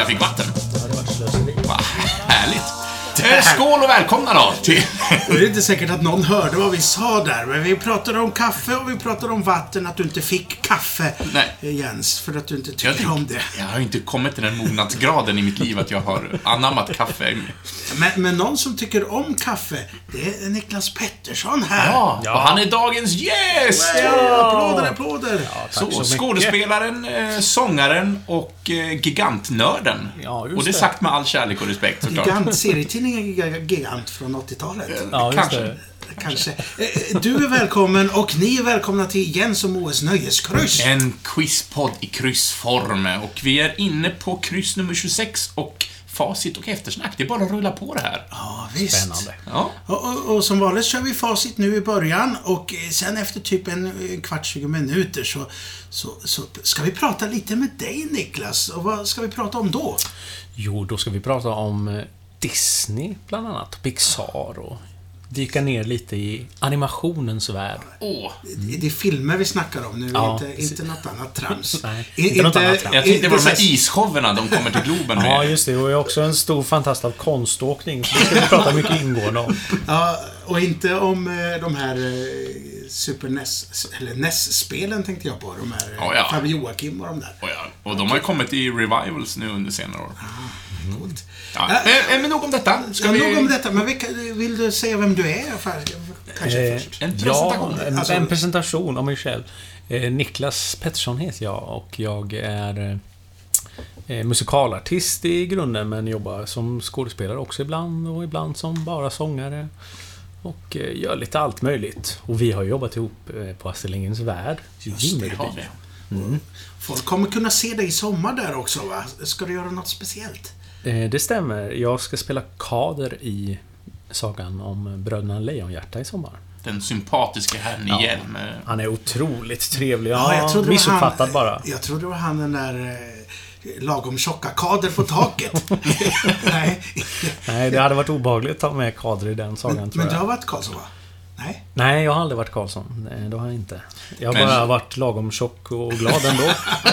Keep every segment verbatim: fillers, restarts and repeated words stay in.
jag fick vatten. Det hade varit slöseri. Va, härligt. Skål och välkomna då till... Det är inte säkert att någon hörde vad vi sa där, men vi pratade om kaffe och vi pratade om vatten, att du inte fick kaffe. Nej. Jens, för att du inte tycker jag, om det. Jag har inte kommit till den mognadsgraden i mitt liv att jag har anammat kaffe. Men, men någon som tycker om kaffe, det är Niklas Pettersson här. Ja, ja. Och han är dagens gäst! Ja, applåder, applåder. Ja, så, så skådespelaren, eh, sångaren och eh, gigantnörden. Ja, just och det är det. sagt med all kärlek och respekt såklart. Gigant, serietidningen Gigant från åttiotalet. Ja, just Kanske. det. Kanske. Eh, Du är välkommen och ni är välkomna till Jens och Moes nöjeskryss. En quizpodd i kryssform. Och vi är inne på kryss nummer tjugosex och facit och eftersnack. Det är bara att rulla på det här. Ja, visst. Spännande. Ja. Och, och, och som vanligt kör vi facit nu i början och sen efter typ en, en kvart, tjugo minuter så, så, så ska vi prata lite med dig, Niklas. Och vad ska vi prata om då? Jo, då ska vi prata om eh, Disney bland annat, Pixar och dyka ner lite i animationens värld. Åh. Det, det är filmer vi snackar om nu, Ja, inte, precis. inte något annat trams. Nej, I- inte något annat trams. Jag tänkte det var de här så- isshowerna de kommer till Globen med. Ja, just det. Och jag är också en stor fantast av konståkning. Så det ska vi prata mycket ingående om. Ja, och inte om eh, de här eh, Super N E S, eller N E S-spelen tänkte jag på. De här eh, Ja, ja. Farbror Joakim och de där. Och, ja, och de har ju kommit i revivals nu under senare år. Coolt. Ja, men, men nog om detta. Ska Ja, vi... nog om detta, men vilka, vill du säga vem du är? För, kanske Eh, först. En presentation. Ja, en, Alltså- en presentation om mig själv. Eh, Niklas Pettersson heter jag och jag är eh, musikalartist i grunden men jobbar som skådespelare också ibland och ibland som bara sångare. Och eh, gör lite allt möjligt. Och vi har jobbat ihop eh, på Astrid Lindgrens Värld. Just det, har vi. Mm. Folk kommer kunna se dig i sommar där också, va? Ska du göra något speciellt? Eh, det stämmer. Jag ska spela Kader i sagan om bröderna Lejonhjärta i sommar. Den sympatiska herrn i Ja. hjälm. Han är otroligt trevlig. Ja, Ja, jag trodde det var missuppfattad han, bara. Jag trodde det var han den där eh, lagom tjocka Kader på taket. Nej, Nej, det hade varit obehagligt att ta med Kader i den sagan, men, tror men jag. du har varit Karlsson, va? Nej? Nej, jag har aldrig varit Karlsson. Nej, det har jag inte. Jag har Men- bara varit lagom tjock och glad ändå.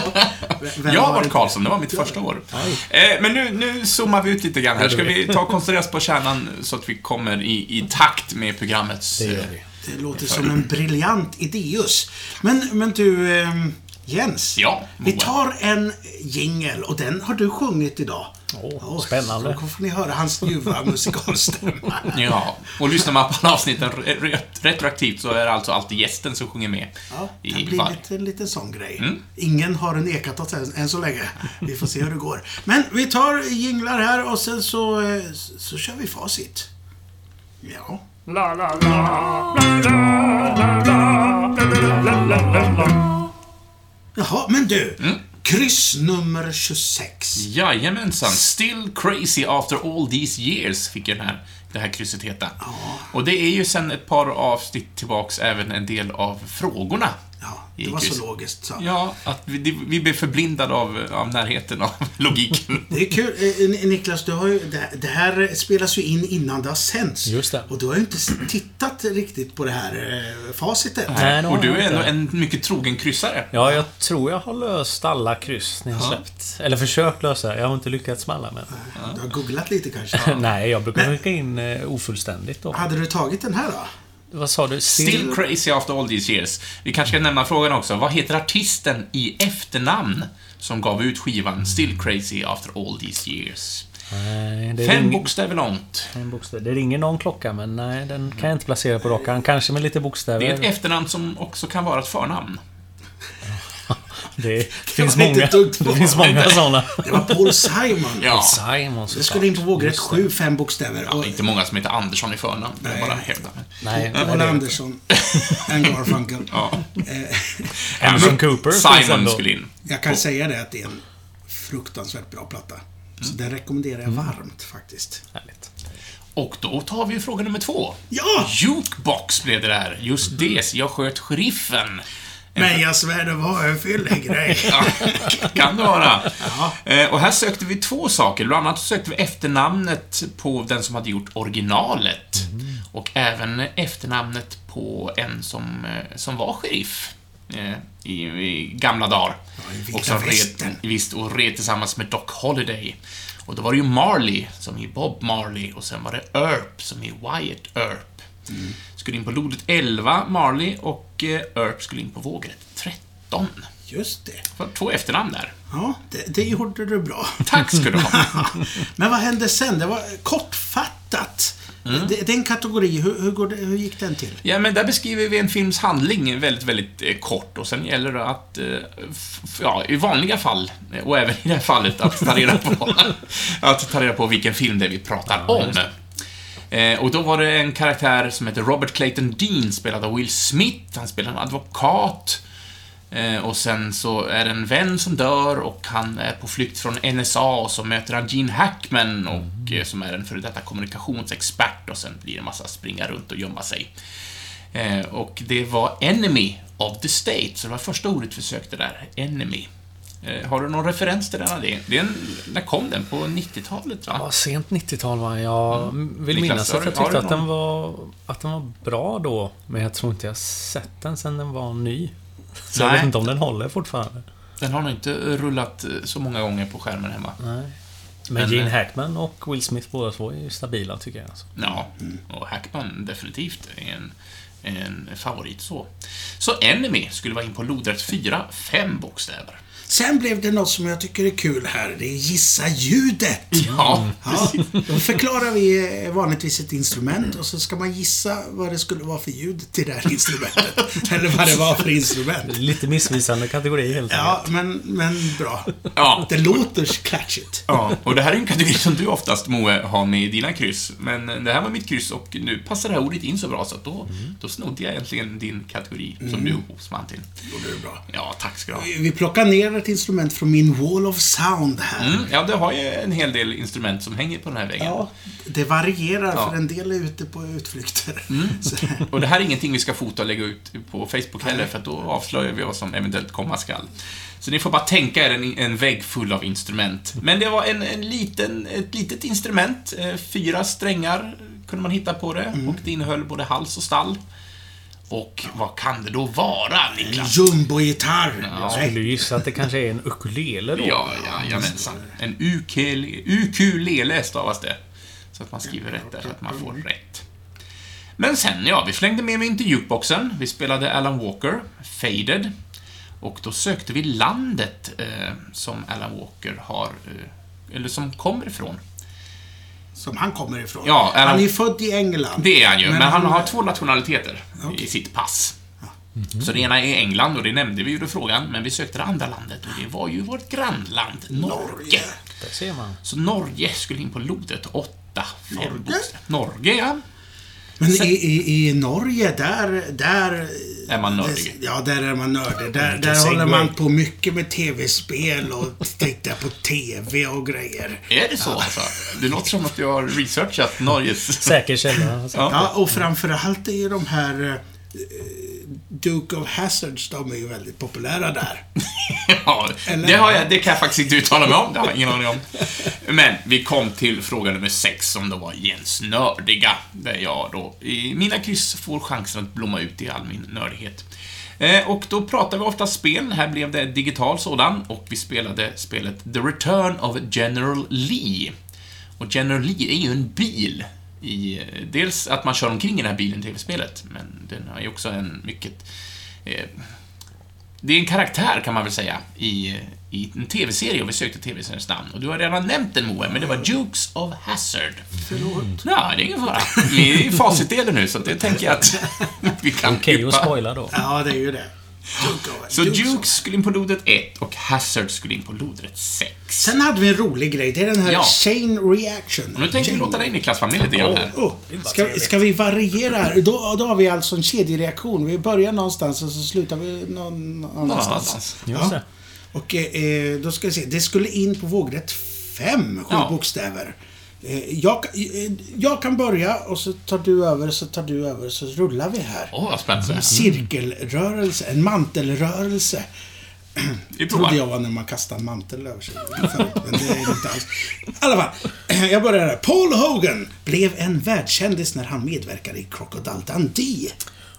Vem Jag har var varit det? Karlsson, det var mitt första år. Eh, men nu, nu zoomar vi ut lite grann här. Ska vi ta och koncentrera oss på kärnan så att vi kommer i, i takt med programmets... Det gör eh, vi. Det låter som en briljant idéus. Men, men du, eh, Jens. Ja, vi Moa. tar en jingle och den har du sjungit idag. Åh, spännande. Så får ni höra hans ljuva musikalstämma. Ja, och lyssnar man på avsnitten re- re- retroaktivt så är det alltså alltid gästen som sjunger med. Ja, det I har blivit varje. en liten sån grej. Mm. Ingen har nekat oss än, än så länge. Vi får se hur det går. Men vi tar jinglar här och sen så, eh, så kör vi facit. Ja. Jaha, men du. Mm. Kryss nummer tjugosex. Jajamensan, Still Crazy After All These Years fick den här, det här krysset heta. Och det är ju sen ett par avsnitt tillbaks även en del av frågorna. Ja, I det var kryss. så logiskt. Så. Ja, att vi, det- vi blev förblindade av, av närheten av logiken. Det är kul. Eh, Niklas, du har ju, det, det här spelas ju in innan det har sänds. Just det. Och du har ju inte s- tittat riktigt på det här eh, facitet. Nej, det har Och du jag är inte. ändå en mycket trogen kryssare. Ja, jag tror jag har löst alla kryss ni har släppt. Eller försökt lösa. Jag har inte lyckats med alla, men... Du har googlat lite kanske. Nej, jag brukar skicka in eh, ofullständigt då. Hade du tagit den här då? Vad sa du? Still Crazy After All These Years. Vi kanske ska nämna frågan också. Vad heter artisten i efternamn som gav ut skivan Still Crazy After All These Years? Nej, det Fem ring- bokstäver långt. Fem bokstäver. Det ringer någon klocka, men nej, den kan jag inte placera på rakan. Kanske med lite bokstäver. Det är ett efternamn som också kan vara ett förnamn. Det finns var inte många. ett dugg Det finns många sådana. Det var Paul Simon. Ja, Simon, Det skulle in på vågrätt Just det. sju, fem bokstäver. ja Och inte många som heter Andersson i förnamn. Det är Nej. bara hävda. Nej, Paul nej, det är Andersson. And Garfunkel. Ja. Anderson Cooper finns Simon ändå. skulle in. Jag kan säga det att det är en fruktansvärt bra platta. Så den rekommenderar jag varmt faktiskt. Härligt. Och då tar vi fråga nummer två. Ja! Jukebox blev det där. Just det, jag sköt sheriffen. Men jag svär, det var en fyllig grej. Ja, kan det vara. Eh, Och här sökte vi två saker. Bland annat sökte vi efternamnet på den som hade gjort originalet. Och även efternamnet på en som, eh, som var sheriff. eh, i, i gamla dagar. Ja, och, så red, visst, och red tillsammans med Doc Holliday. Och då var det ju Marley som i Bob Marley, och sen var det Earp som i Wyatt Earp. Mm. Skulle in på lodet elva, Marley, och eh, Earp skulle in på vågrätt tretton. Just det. För två efternamn där. Ja, det, det gjorde du bra. Tack ska du ha. Men vad hände sen? Det var kortfattat. Mm. Det, det är en kategori. Hur, hur, går det, hur gick den till? Ja, men där beskriver vi en films handling väldigt, väldigt eh, kort. Och sen gäller det att, eh, f- ja, i vanliga fall, och även i det här fallet, att ta reda på, att ta reda på vilken film det är vi pratar ja, om. Eh, och då var det en karaktär som heter Robert Clayton Dean, spelad av Will Smith. Han spelar en advokat. Eh, och sen så är det en vän som dör, och han är på flykt från N S A, och så möter han Gene Hackman, och, eh, som är en före detta kommunikationsexpert, och sen blir det en massa springa runt och gömma sig. Eh, och det var Enemy of the State, så det var första ordet vi sökte där, Enemy. Eh, har du någon referens till denna? Det är en, när kom den? På nittiotalet, va? Ja, sent nittiotal, va? Jag mm. vill Niklas, minnas att jag du, tyckte att den, var, att den var bra då, men jag tror inte jag sett den sen den var ny. Så jag vet inte om den håller fortfarande. Den har nog inte rullat så många gånger på skärmen hemma. Nej. Men, Men Gene Hackman och Will Smith båda två är ju stabila, tycker jag. Alltså. Ja, och Hackman definitivt är en, en favorit så. Så Enemy skulle vara in på lodrätt fyra, fem bokstäver. Sen blev det något som jag tycker är kul här. Det är gissa ljudet. Ja, ja. Då förklarar vi vanligtvis ett instrument, och så ska man gissa vad det skulle vara för ljud till det här instrumentet. Eller vad det var för instrument. Lite missvisande kategori helt Ja, enkelt. men, men bra. Ja. Det låter klatschigt. Ja, och det här är en kategori som du oftast, Moe, har med i dina kryss. Men det här var mitt kryss, och nu passar det här ordet in så bra, så att då, mm. då snodde jag egentligen din kategori som mm. du uppsmann till. Det gjorde du bra. Ja, tack ska du ha. Vi plockar ner ett instrument från min wall of sound här. Mm, ja, det har ju en hel del instrument som hänger på den här väggen. Ja, det varierar, ja. För en del är ute på utflykter. Mm. Och det här är ingenting vi ska fota och lägga ut på Facebook heller, för att då avslöjar vi vad som eventuellt komma skall. Så ni får bara tänka er en, en vägg full av instrument. Men det var en, en liten, ett litet instrument. Fyra strängar kunde man hitta på det. Mm. Och det innehöll både hals och stall. Och vad kan det då vara, Niklas? En jumbo-gitarr. Ja. Jag skulle gissa att det kanske är en ukulele då. Ja, ja, jamensan. En ukulele, ukulele stavas det. Så att man skriver rätt där, så att man får rätt. Men sen, ja, vi slängde med mig in till jukeboxen. Vi spelade Alan Walker, Faded. Och då sökte vi landet eh, som Alan Walker har, eh, eller som kommer ifrån. Som han kommer ifrån. Ja, Alan, han är född i England. Det är han ju, men, men han, han har två nationaliteter okay. i sitt pass. Ja. Mm-hmm. Så det ena är England, och det nämnde vi ju i frågan, men vi sökte det andra landet, och det var ju vårt grannland, Norge. Norge. Där ser man. Så Norge skulle in på lodet åtta. Norge? Norge, ja. Men Sen, i, i, i Norge, där, där... Är man nördig? Ja, där är man nördig. Där, där håller man på mycket med tv-spel och tittar på tv och grejer. Är det så, ja. Alltså? Det låter som att du har researchat Norges... Säker källa. Alltså. Ja, och framförallt är ju de här... Duke of Hazards, de är ju väldigt populära där. Ja, det, har jag, det kan jag faktiskt inte uttala mig om. Det har jag ingen aning om. Men vi kom till fråga nummer sex, som då var Jens nördiga. Där jag då i mina kryss får chansen att blomma ut i all min nördighet. Eh, och då pratar vi ofta spel. Här blev det digital sådan. Och vi spelade spelet The Return of General Lee. Och General Lee är ju en bil. I, dels att man kör omkring i den här bilen i tv-spelet, men den har ju också en mycket eh, det är en karaktär, kan man väl säga, i, i en tv-serie, och vi sökte tv-seriens namn, och du har redan nämnt den, Moe, men det var Dukes of Hazzard. Förlåt. Ja, det är ingen fara. Vi är i facitdelen nu, så det tänker jag att vi kan okej okay, och spoila då. Ja, det är ju det. Så Dukes skulle in på lodet ett och Hazard skulle in på lodet sex. Sen hade vi en rolig grej. Det är den här ja. chain reaction. Och nu tänkte vi låta dig in i klassfamiljen lite grann här. Oh, oh. Ska, ska vi variera här? Då, då har vi alltså en kedjereaktion. Vi börjar någonstans och så slutar vi någon annanstans. Ja. Och eh, då ska vi se. Det skulle in på vågrätt fem, sju ja. bokstäver. Jag, jag kan börja och så tar du över, så tar du över, så rullar vi här. Åh, oh, vad spännande. En cirkelrörelse, en mantelrörelse. Det trodde jag var när man kastar en mantel över sig. Men det är det inte alls. I alla fall, jag börjar här. Paul Hogan blev en världskändis när han medverkade i Crocodile Dundee.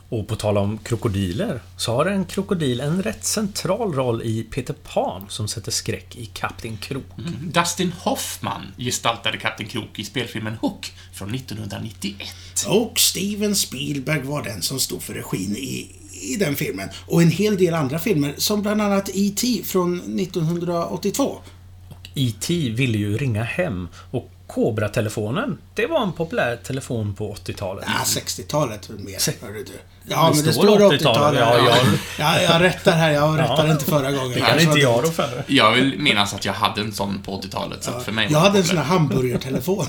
Och på tal om krokodiler så har en krokodil en rätt central roll i Peter Pan som sätter skräck i Kapten Krok. Mm. Dustin Hoffman gestaltade Kapten Krok i spelfilmen Hook från nittonhundranittioett. Och Steven Spielberg var den som stod för regin i, i den filmen. Och en hel del andra filmer som bland annat E T från nittonhundraåttiotvå. E T ville ju ringa hem och Cobra-telefonen, det var en populär telefon på åttiotalet. Ja, sextiotalet mer, Se- hörde du. Ja, Det men det står står åttiotalet. åttiotalet. Ja, Ja, jag- jag rättar här. Jag rättar Ja. inte förra gången. Det kan inte jag då för. Jag vill minnas att jag hade en sån på åttiotalet, så att för mig var Jag det hade en sån populärt. här hamburgertelefon.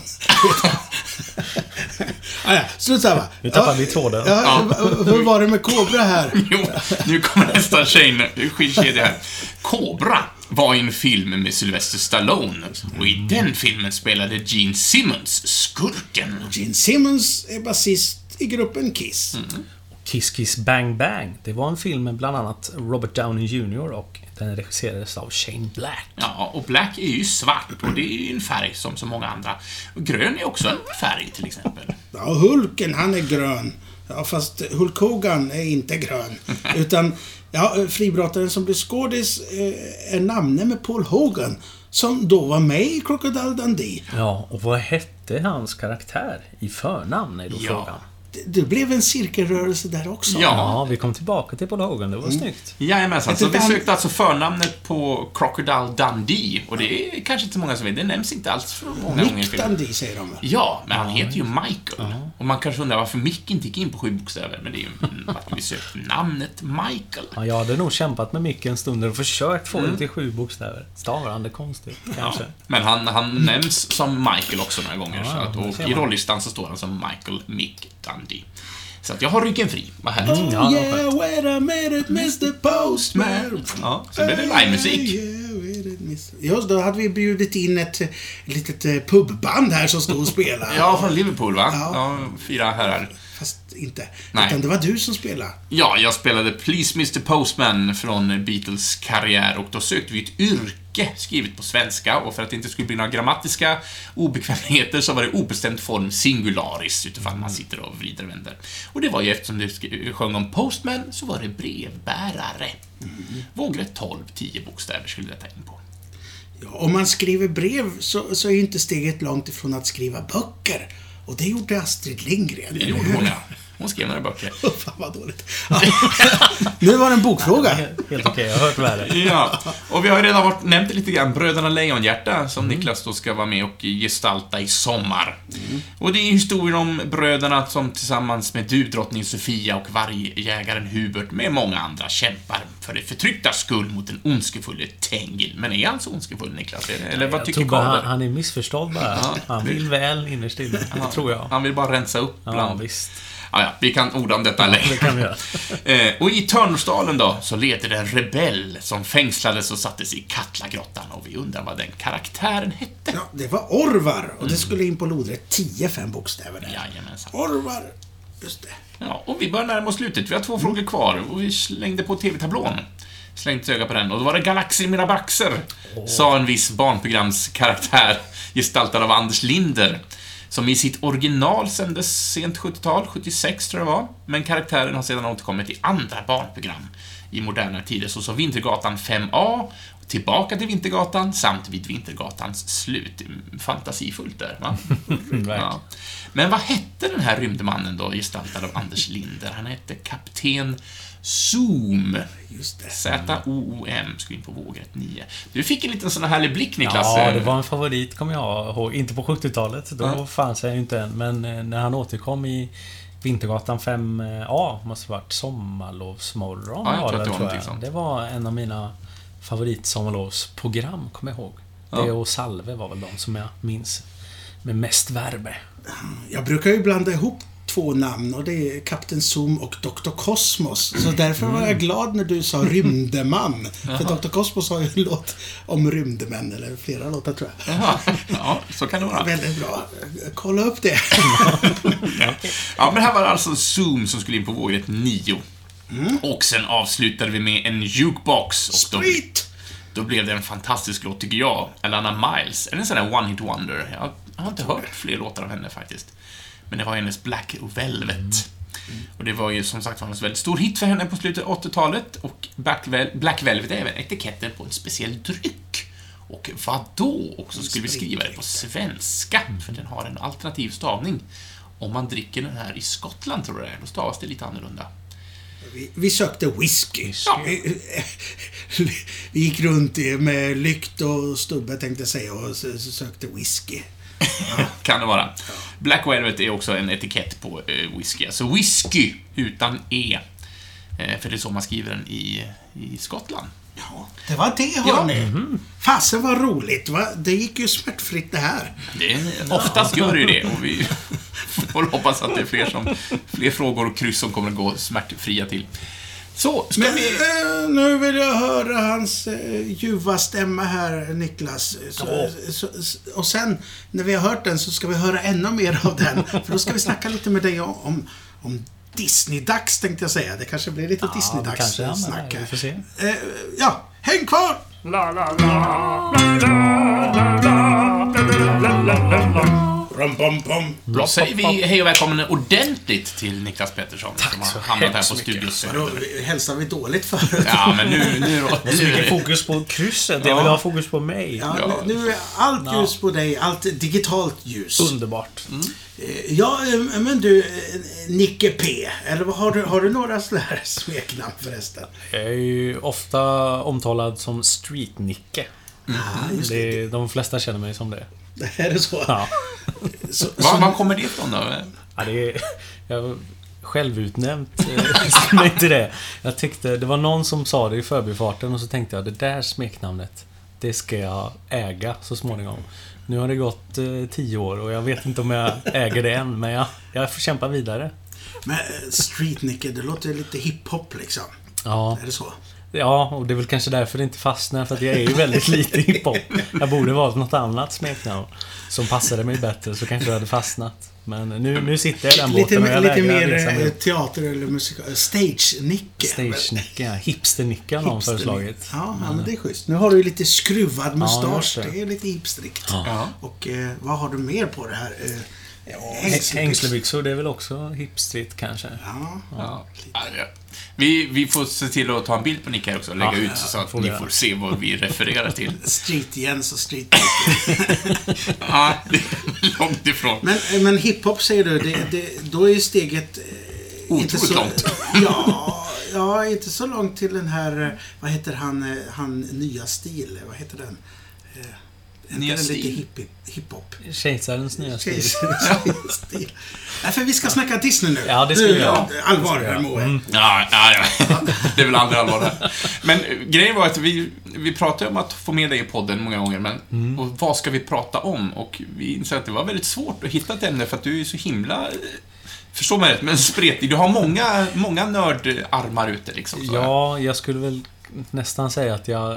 ah, ja, slut samma. Nu tappar ja, vi tråden. Ja, hur var det med Cobra här? Jo, nu kommer nästa skitkedja här. Cobra var en film med Sylvester Stallone. Och i den filmen spelade Gene Simmons skurken. Gene Simmons är basist i gruppen Kiss. Mm. Kiss Kiss Bang Bang, det var en film med bland annat Robert Downey junior och den regisserades av Shane Black. Ja, och Black är ju svart och det är ju en färg som så många andra. Och grön är också en färg till exempel. Ja, och Hulken, han är grön. Ja, fast Hulk Hogan är inte grön. Utan, ja, fribrottaren som blir skådis eh, är namnet med Paul Hogan. Som då var med i Crocodile Dundee. Ja, och vad hette hans karaktär i förnamn är då Ja. frågan. Det, det blev en cirkelrörelse där också. Ja. Ja, vi kom tillbaka till Paul Hogan, det var snyggt. Jajamensan, så Ett vi annat- sökte alltså förnamnet på Crocodile Dundee. Och det är kanske inte så många som vet, det nämns inte alls för många gånger i Mick filmen. Dundee säger de. Ja, men han heter ju Michael. Och man kanske undrar varför Mick inte gick in på sju bokstäver. Men det är ju att vi sökte namnet Michael. Ja, jag hade nog kämpat med mycket en stund och försökt få det till sju bokstäver. Stavande konstigt, kanske. Ja, men han, han nämns som Michael också några gånger. Ja, så att, det och ser i man. rollistan så står han som Michael Mick Dundee. Så att jag har ryggen fri. Vad härligt. Oh Ja, yeah, wait a minute, mister Postman. Ja, så blir det livemusik. Oh, yeah, wait a mister- Just då hade vi bjudit in ett, ett litet eh, pubband här som stod och spelade. Ja, från Liverpool va? Ja. Ja, fyra herrar. Fast inte. Nej. Utan det var du som spelade. Ja, jag spelade Please mister Postman från Beatles karriär och då sökte vi ett yrke skrivet på svenska och för att det inte skulle bli några grammatiska obekvämligheter så var det obestämd form singularis utifrån man sitter och vrider och vänder. Och det var ju eftersom det sk- sjöng om Postman så var det brevbärare. Mm. Vågrätt tolv, tio bokstäver skulle detta in på. Ja, om man skriver brev så, så är ju inte steget långt ifrån att skriva böcker. Och det gjorde Astrid Lindgren. Det gjorde hon, ja. Hon skrev några böcker. Fan vad dåligt. Ja. Nu var det en bokfråga. Helt okej, jag har hört värre. Ja, och vi har ju redan varit, nämnt det lite grann, Bröderna Lejonhjärta som Niklas då ska vara med och gestalta i sommar. Mm. Och det är historien om bröderna som tillsammans med du, drottning Sofia och vargjägaren Hubert med många andra kämpar för det förtryckta skull mot den ondskefulle Tengil. Men är han så ondskefull, Niklas? Eller vad Jag tycker tror bara Karl? han, han är missförstådd bara. Ja, Han vill väl innerst inne, det tror jag. Han vill bara rensa upp Ja, bland... visst. Ja, ja, vi kan orda om detta längre. Det kan vi göra. Eh, och i Törnåsdalen då, så levde det en rebell som fängslades och sattes i Katlagrottan. Och vi undrar vad den karaktären hette. Ja, det var Orvar. Och det skulle in på lodrätt tio, fem bokstäver där. Jajamensan. Orvar. Just det. Ja, och vi börjar närma oss slutet. Vi har två frågor kvar och vi slängde på tv-tablån. Slängde ett öga på den och då var det Galaxer mina baxer, oh. sa en viss barnprogramskaraktär gestaltad av Anders Linder. Som i sitt original sändes sent sjuttiotal, sjuttiosex tror jag det var. Men karaktären har sedan återkommit i andra barnprogram i moderna tider, så som Vintergatan fem A, Tillbaka till Vintergatan samt vid Vintergatans slut. Fantasifullt där, va? Ja. Men vad hette den här rymdmannen då, gestaltad av Anders Linder? Han hette Kapten Zoom. Just det. Z O O M, skulle in på vågrätt nio. Du fick en liten sån här härlig blick, Niklas. Ja, det var en favorit, kommer jag ihåg. Inte på sjuttiotalet, då Ja. fanns jag ju inte än. Men när han återkom i Vintergatan fem A, måste det varit Sommarlovsmorgon. Ja, jag tror var att det var tror någonting sånt. Det var en av mina favoritsommarlovsprogram, kommer jag ihåg. Ja. Det och Salve var väl de som jag minns med mest värme. Jag brukar ju blanda ihop två namn och det är Kapten Zoom och doktor Kosmos. Så därför var jag glad när du sa rymdeman. För doktor Kosmos har ju en låt om rymdemän, eller flera låtar tror jag. Jaha, ja, så kan det vara. Väldigt bra. Kolla upp det. Ja. Ja, men här var det alltså Zoom som skulle in på vågrätt nio. Mm. Och sen avslutade vi med en jukebox. Och då, Street! då blev det en fantastisk låt, tycker jag. Alana Miles. Är det en sån där one-hit wonder? Jag har inte hört fler låtar av henne faktiskt. Men det var hennes Black Velvet. Mm. Och det var ju som sagt en väldigt stor hit för henne på slutet av åttiotalet. Och Black, Vel- Black Velvet är även etiketten på en speciell dryck. Och vad då? Och så skulle vi skriva det på svenska, för den har en alternativ stavning. Om man dricker den här i Skottland, tror jag det är, då stavas det lite annorlunda. Vi, vi sökte whisky. Ja. Vi, vi gick runt med lykt och stubbe, tänkte jag säga, och så, så sökte whisky. Ja. Kan det vara. Black Velvet är också en etikett på eh, whisky. Alltså whisky utan E. Eh, för det är så man skriver den i, i Skottland. Ja, det var det, hörni. Ja. Mm-hmm. Fasen var roligt, va? Det gick ju smärtfritt det här. Det, oftast gör det ju det. Och vi får hoppas att det är fler, som, fler frågor och kryss som kommer att gå smärtfria till. Så, ska Men, vi... eh, nu vill jag höra hans eh, ljuva stämma här, Niklas. Så, Oh. så, så, och sen, när vi har hört den, så ska vi höra ännu mer av den. För då ska vi snacka lite med dig om, om, om Disney-dags, tänkte jag säga. Det kanske blir lite Ja, Disney-dags kanske, ja, snack. vi får se. Eh, ja, häng kvar! La la la la la la la la la. Rum, bom, bom. Då säger vi hej och välkommen ordentligt till Niklas Pettersson. Tack som så har hamnat här hemskt på mycket. Studios. Vadå, hälsar vi dåligt förut? Ja, men nu... nu, Det är så mycket fokus på krysset. Jag vill ha fokus på mig. Ja, Ja. nu är allt Ja. ljus på dig, allt digitalt ljus. Underbart. Eh, Ja, eh, men du, eh, Nicke P. Eller vad har du, har du några sådana här smeknamn förresten? Jag är ju ofta omtalad som Street-Nicke. Ja, just det. Det, de flesta känner mig som det. Är det så? Ja. så, Var, så var kommer det ifrån då? Ja, det är, jag har självutnämnt eh, mig till det. Jag tyckte, det var någon som sa det i förbifarten och så tänkte jag, det där smeknamnet, det ska jag äga så småningom. Nu har det gått eh, tio år och jag vet inte om jag äger det än, men jag, jag får kämpa vidare. Men eh, Street Nicke, det låter lite hiphop liksom. Ja, Är det så? ja, och det är väl kanske därför det inte fastnar, för att jag är ju väldigt lite hiphop. Jag borde valt något annat smeknamn som passade mig bättre, så kanske det hade fastnat. Men nu, nu sitter jag i den Lite, båten och jag lite vägrar mer resa mig eh, upp. teater eller musik. Stage-Nicke. Stage-Nicke, ja. Hipster-Nicke har någon Hipster- föreslagit. Ja, ja, men det är schysst. Nu har du ju lite skruvad mustasch. just det. det är lite hipstrikt. Ja. Och eh, vad har du mer på det här? Eh, Hängslebyxor. Hängslebyxor, det är väl också hipstrigt kanske. Ja, Ja. Ja, ja. Vi, vi får se till att ta en bild på Nick här också och lägga Ja, ut ja, så att får ni vi får se vad vi refererar till. Street Jens och Street Nicke. Ja, det är långt ifrån. Men, men hiphop säger du, det, det, då är ju steget eh, inte Otroligt så långt. Ja, ja, inte så långt till den här, eh, vad heter han, eh, han nya stil, vad heter den? Eh, är Nya inte den lite stil? hippie, hiphop? Kejsarens nya stil. Kejsarens stil. Nej, för vi ska snacka Disney nu. Ja, det ska Nu, vi göra. Allvar Det ska vi här, göra. Moe. Mm. Ja, ja, ja. Det är väl aldrig allvar där. Men eh, grejen var att vi, vi pratade om att få med dig i podden många gånger, men Mm. och vad ska vi prata om? Och vi insåg att det var väldigt svårt att hitta ett ämne för att du är så himla, eh, förstå mig rätt, men spretig. Du har många, många nördarmar ute liksom. Så. Ja, jag skulle väl nästan säga att jag äh,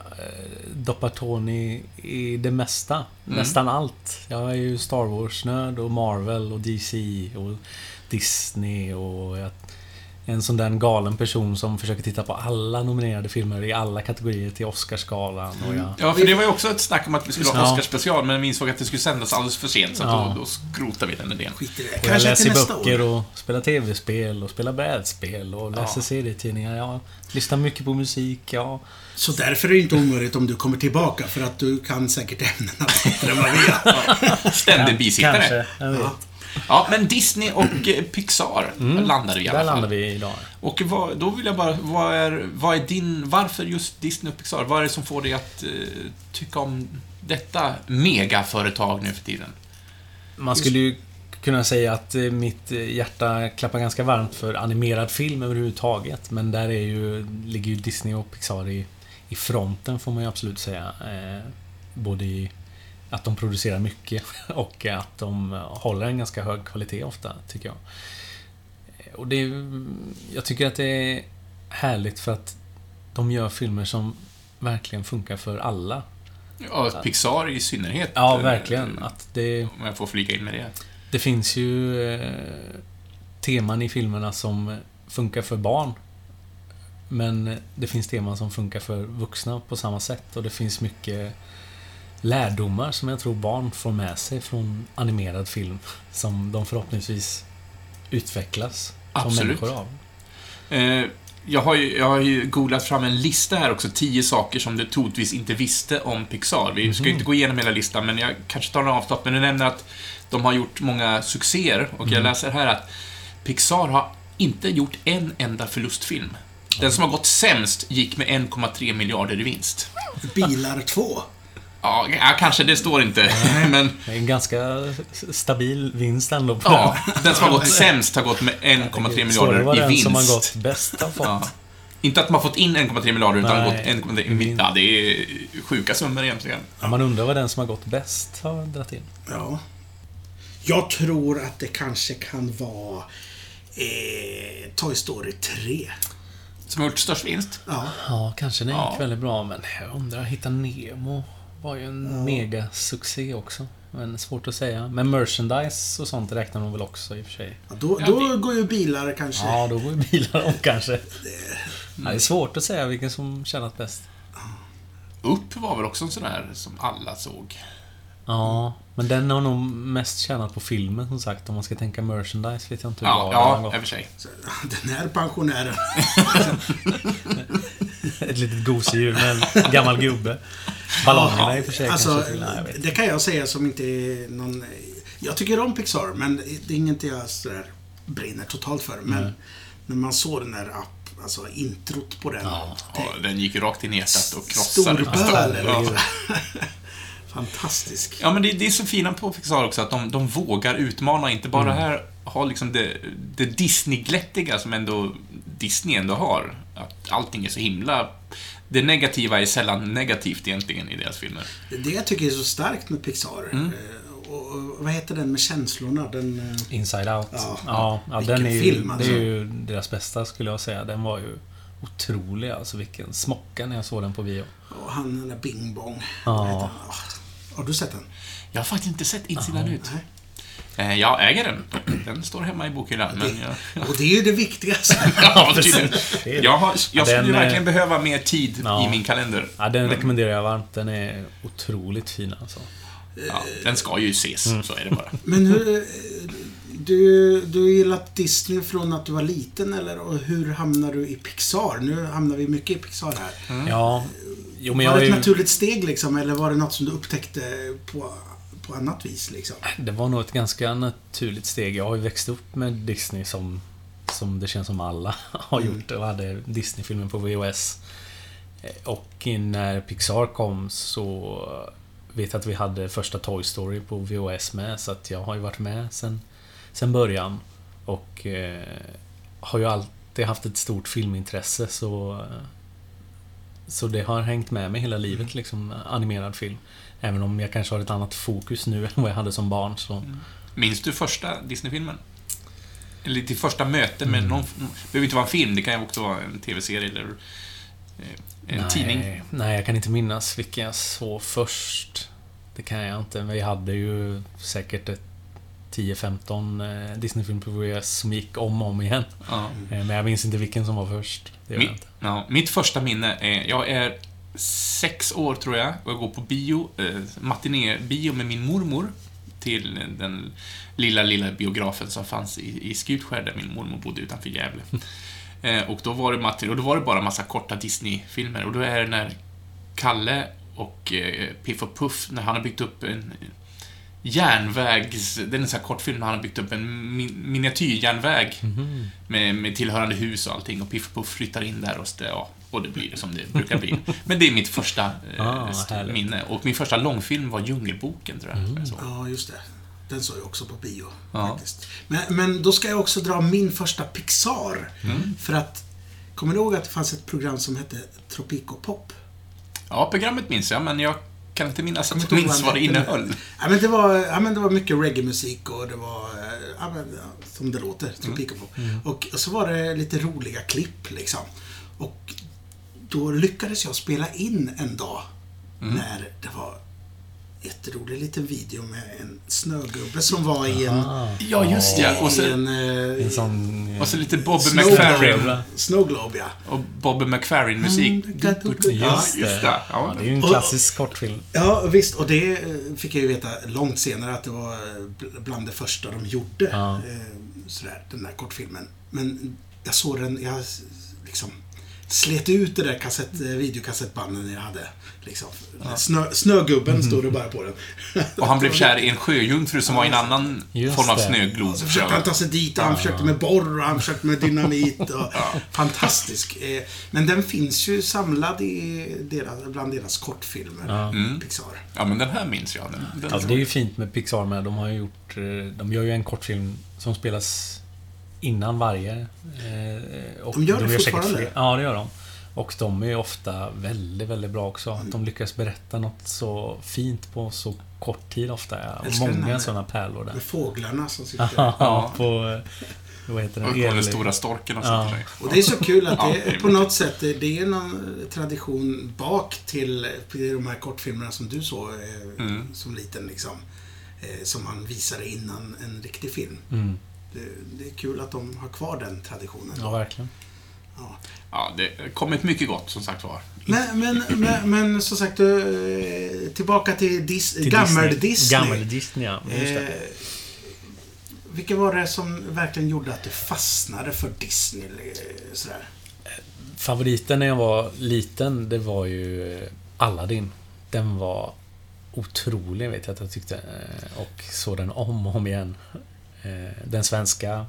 doppar tån i, i det mesta. Mm. Nästan allt. Jag är ju Star Wars-nörd och Marvel och D C och Disney och jag, en sån där galen person som försöker titta på alla nominerade filmer i alla kategorier till Oscarsgalan. Och jag, Ja, för det var ju också ett snack om att vi skulle ha Ja. Oscars-special, men vi insåg att det skulle sändas alldeles för sent, så att Ja. då, då skrotade vi den idén. Skit i det. och jag Kanske till läser nästa böcker år. och spelar tv-spel och spelar brädspel och läser Ja. serietidningar. Jag lyssnar mycket på musik, ja. Så därför är det inte omöjligt om du kommer tillbaka, för att du kan säkert ämnena bättre än vad vi gör. Ständig bisittare. Kanske, jag vet. Ja. Ja, men Disney och eh, Pixar landade vi i alla Där fall. landar vi idag. Och vad, då vill jag bara, vad är, vad är din, varför just Disney och Pixar? Vad är det som får dig att eh, tycka om detta megaföretag nu för tiden? Man skulle ju kunna säga att eh, mitt eh, hjärta klappar ganska varmt för animerad film överhuvudtaget. Men där är ju, ligger ju Disney och Pixar i, i fronten, får man ju absolut säga. Eh, både i att de producerar mycket och att de håller en ganska hög kvalitet ofta, tycker jag. Och det är, jag tycker att det är härligt för att de gör filmer som verkligen funkar för alla. Ja, Pixar i synnerhet. Ja, eh, verkligen. Att det, Om jag får flika in med det. det finns ju eh, teman i filmerna som funkar för barn. Men det finns teman som funkar för vuxna på samma sätt. Och det finns mycket lärdomar som jag tror barn får med sig från animerad film. Som de förhoppningsvis utvecklas Absolut. människor av. Eh, jag, har ju, jag har ju googlat fram en lista här också, tio saker som du troligtvis inte visste om Pixar. Vi ska ju inte gå igenom hela listan, men jag kanske tar en avstopp. Men du nämner att de har gjort många succéer, och jag läser här att Pixar har inte gjort en enda förlustfilm. Den som har gått sämst gick med en komma tre miljarder i vinst. Bilar två. Ja, ja, kanske det står inte, men... Det är en ganska stabil vinst ändå på Ja, den. den som har gått sämst har gått med en komma tre miljarder i vinst. som har gått bäst har fått. Ja. Inte att man har fått in en komma tre miljarder, utan Nej. gått en komma tre i vinst. Ja, det är sjuka summor egentligen. Ja, man undrar vad den som har gått bäst har dragit in. Ja. Jag tror att det kanske kan vara eh, Toy Story tre. Som har gjort störst vinst. Ja. Ja, kanske den gick Ja. väldigt bra, men jag undrar, Hitta Nemo var ju en Ja. megasuccé också. Men svårt att säga. Men merchandise och sånt räknar de väl också i och för sig. Ja, då Ja, då det- går ju bilar kanske. Ja, då går ju bilar om kanske. Ja, det är svårt att säga vilken som tjänat bäst. Upp var väl också en sån där som alla såg. Ja, men den har nog mest tjänat på filmen som sagt. Om man ska tänka merchandise vet jag inte hur Ja, bra den har ja, gått. i och för sig. Så, den här pensionären. Ett litet gosedjur med en gammal gubbe. Ballongerna i och för sig Alltså, kanske till, nej, jag vet. det kan jag säga som inte är någon... Jag tycker om Pixar, men det är inget jag sådär brinner totalt för. Men Nej. när man såg den där app, alltså introt på den. Ja. Ja, den gick ju rakt in i hjärtat och krossade. Storböl. Ja. Liksom. Fantastisk. Ja, men det, det är så fina på Pixar också, att de, de vågar utmana, inte bara här ha liksom det, det Disney-glättiga som ändå Disney ändå har. Att allting är så himla... Det negativa är sällan negativt egentligen i deras filmer. Det jag tycker är så starkt med Pixar. Mm. eh, Och, och vad heter den med känslorna? Den, eh, Inside Out. Ja. Ja, ja, Vilken den är ju, film, alltså. det är ju deras bästa skulle jag säga. Den var ju otrolig. Alltså vilken smocka när jag såg den på bio. och han den där Bing Bong. Ja. Vad heter han? Ah, har du sett den? Jag har faktiskt inte sett insidan Jaha. ut. Nej. Eh, Jag äger den. Den står hemma i bokhyllan. Men jag, Och det är ju det viktigaste. ja, tydligen. Det är- jag, har, jag skulle Den, verkligen eh, behöva mer tid ja. i min kalender. Ja, den rekommenderar jag varmt. Den är otroligt fin alltså. Ja, den ska ju ses, så är det bara. Men hur... eh, Du, du har gillat Disney från att du var liten, eller? Och hur hamnar du i Pixar? Nu hamnar vi mycket i Pixar här. Ja, jo men Var jag det är ett ju... naturligt steg liksom, eller var det något som du upptäckte på, på annat vis liksom? Det var nog ett ganska naturligt steg. Jag har ju växt upp med Disney som, som det känns som alla har gjort. Och hade Disney-filmen på V H S. Och när Pixar kom så vet jag att vi hade första Toy Story på V H S med. Så att jag har ju varit med sen, sen början. Och eh, har ju alltid haft ett stort filmintresse. Så, så det har hängt med mig hela livet, liksom animerad film. Även om jag kanske har ett annat fokus nu än vad jag hade som barn. Så. Minns du första Disney-filmen? Eller ditt första möte med någon... Det behöver inte vara en film, det kan ju också vara en tv-serie eller eh, en nej, tidning. Nej, jag kan inte minnas vilken jag såg först. Det kan jag inte. Men vi hade ju säkert ett tio femton eh, Disney-film på V H S som gick om och om igen. Ja. Eh, men jag minns inte vilken som var först. Det gör jag Mitt, inte. ja, mitt första minne är... Jag är sex år, tror jag, och jag går på bio, eh, matinébio med min mormor till den lilla, lilla biografen som fanns i, i Skutskär, där min mormor bodde utanför Gävle. Eh, och då var det matin- och då var det bara massa korta Disney-filmer. Och då är det när Kalle och eh, Piff och Puff, när han har byggt upp en järnvägs... Det är en sån här kortfilm när han har byggt upp en min- miniatyrjärnväg Mhm. med, med tillhörande hus och allting. Och Piff och Puff flyttar in där och, stä- ja, och det blir det som det brukar bli. Men det är mitt första eh, Ah, st- härligt. minne. Och min första långfilm var Djungelboken, tror jag. som jag såg. Ja, just det. Den såg jag också på bio, Ja. faktiskt. Men, men då ska jag också dra min första Pixar. Mm. För att, kommer du ihåg att det fanns ett program som hette Tropicopop? Ja, programmet minns jag, men jag kan inte minnas Kommer att inte jag ihåg minns vad vad det han hette innehöll. Ja, men det var, ja, men det var mycket reggae-musik och det var, eh, ja, men, ja, som det låter, Tropicopop. Och, och så var det lite roliga klipp, liksom. Och då lyckades jag spela in en dag när det var jätterolig liten video med en snögubbe som var i en... Ah, Ja, just det. Och i så, en eh, en sån... eh, och så lite Bobby Snow- McFerrin. Snowglobe, ja. Och Bobby McFerrin-musik. Mm, Ja, Just just det. det. Ja, det är Ja. ju en klassisk kortfilm. Ja, visst. Och det eh, fick jag ju veta långt senare att det var eh, bl- bland det första de gjorde. Ja. Eh, Sådär, den där kortfilmen. men jag såg den, jag liksom slet ut det där kassett, videokassettbanden jag hade. Liksom. Ja. Snö, snögubben mm. stod det bara på den. Och han blev kär i en sjöjungfru som var i en annan Just form av snöglob. Och så försökte han ta sig dit och han ja. försökte med borr och han försökte med dynamit. Och, ja. Fantastisk. Men den finns ju samlad i deras, bland deras kortfilmer. Ja. Mm. Pixar. Ja, men den här minns jag. Den, den alltså, det är ju fint med Pixar med. De har ju gjort, de gör ju en kortfilm som spelas innan varje. Och de gör det de gör fortfarande? Ja, det gör de. Och de är ofta väldigt, väldigt bra också. Att de lyckas berätta något så fint på så kort tid ofta. Ja. Många sådana pärlor där. Med fåglarna som sitter ja, på... Vad heter det? Och den stora storken och sånt ja. Och det är så kul att det ja, på något sätt det är någon tradition bak till de här kortfilmerna som du såg mm. som liten liksom. Som man visade innan en riktig film. Mm. Det, det är kul att de har kvar den traditionen. Ja, verkligen. Ja. Ja, det har kommit mycket gott som sagt var. Men, men, men, men som sagt, tillbaka till, dis, till gammal Disney. Disney. Gammal Disney, ja. Just det. Eh, vilka var det som verkligen gjorde att du fastnade för Disney? Sådär? Favoriten när jag var liten, det var ju Aladdin. Den var otrolig, vet jag att jag tyckte. Och så den om och om igen. Den svenska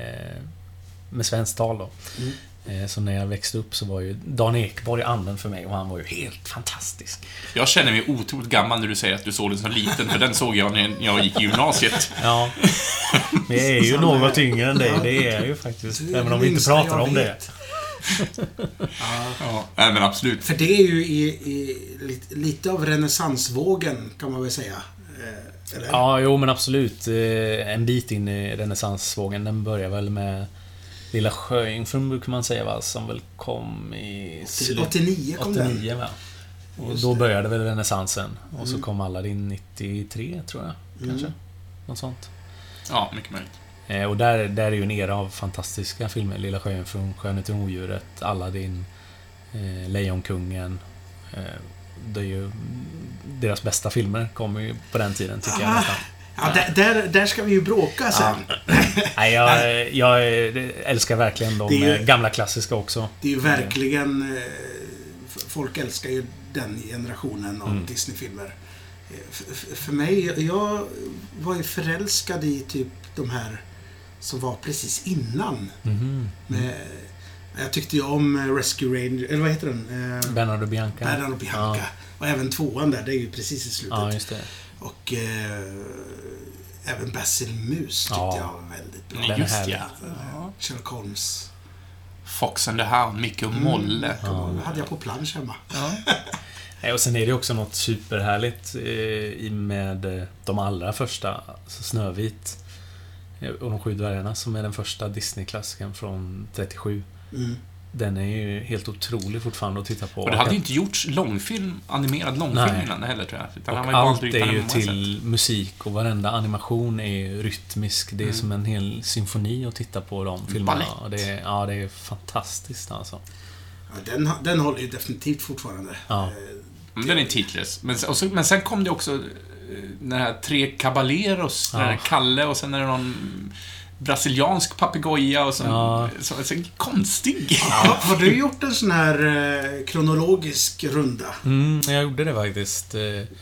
med svenskt tal då. Mm. Så när jag växte upp så var ju Dan Ekborg anden för mig och han var ju helt fantastisk. Jag känner mig otroligt gammal när du säger att du såg den så liten, för den såg jag när jag gick i gymnasiet. Ja, men jag är ju något yngre än dig, det är jag ju faktiskt, även om vi inte pratar om det. Ja, ja, men absolut. För det är ju i, i, lite, lite av renässansvågen kan man väl säga. Eller? Ja, jo men absolut. En bit in i renässansvågen, den börjar väl med Lilla Sjöjungfrun brukar man säga, va, som väl kom i åttionio kom åttionio, den. Va? Och då började väl renässansen och mm. så kom Aladdin nittiotre tror jag, kanske. Mm. Något sånt. Ja, mycket möjligt. Eh, och där, där är ju en era av fantastiska filmer. Lilla Sjöjungfrun, Skönheten och odjuret, Aladdin, eh, Lejonkungen. Eh, det är ju deras bästa filmer kommer ju på den tiden, tycker ah. jag nästan. Ja, där, där, där ska vi ju bråka sen. Ja. Nej, jag, jag älskar verkligen de ju, gamla klassiska också. Det är ju verkligen... Folk älskar ju den generationen av mm. Disney-filmer. För, för mig, jag var ju förälskad i typ de här som var precis innan. Mm. Med, jag tyckte ju om Rescue Ranger, eller vad heter den? Bernard och Bianca. Bernard och Bianca. Ja. Och även tvåan där, det är ju precis i slutet. Ja, just det. Och eh, även Basil Mus tyckte ja. jag var väldigt bra. Den just ja. ja. Sherlock Holmes. Fox and the Hound, Micke och Molle. Mm. Ja. Det hade jag på plansch hemma. Ja. Och sen är det också något superhärligt eh, med de allra första, alltså Snövit och de sju dvärgarna, som är den första Disney-klassiken från trettiosju. Mm. Den är ju helt otrolig fortfarande att titta på. Och det hade ju inte gjorts långfilm, animerad långfilm innan heller, tror jag. Utan och allt är ju till sätt. Musik och varenda animation är rytmisk. Det är mm. som en hel symfoni att titta på de filmerna. Och det är, ja, det är fantastiskt alltså. Ja, den, den håller ju definitivt fortfarande. Ja. Det, den är tidlös. Men, och så, men sen kom det också den här Tre Caballeros, ja. Den här Kalle, och sen är det någon brasiliansk papegoja och så, ja. så, så, så konstig. Ja, har du gjort en sån här eh, kronologisk runda? Mm, jag gjorde det faktiskt.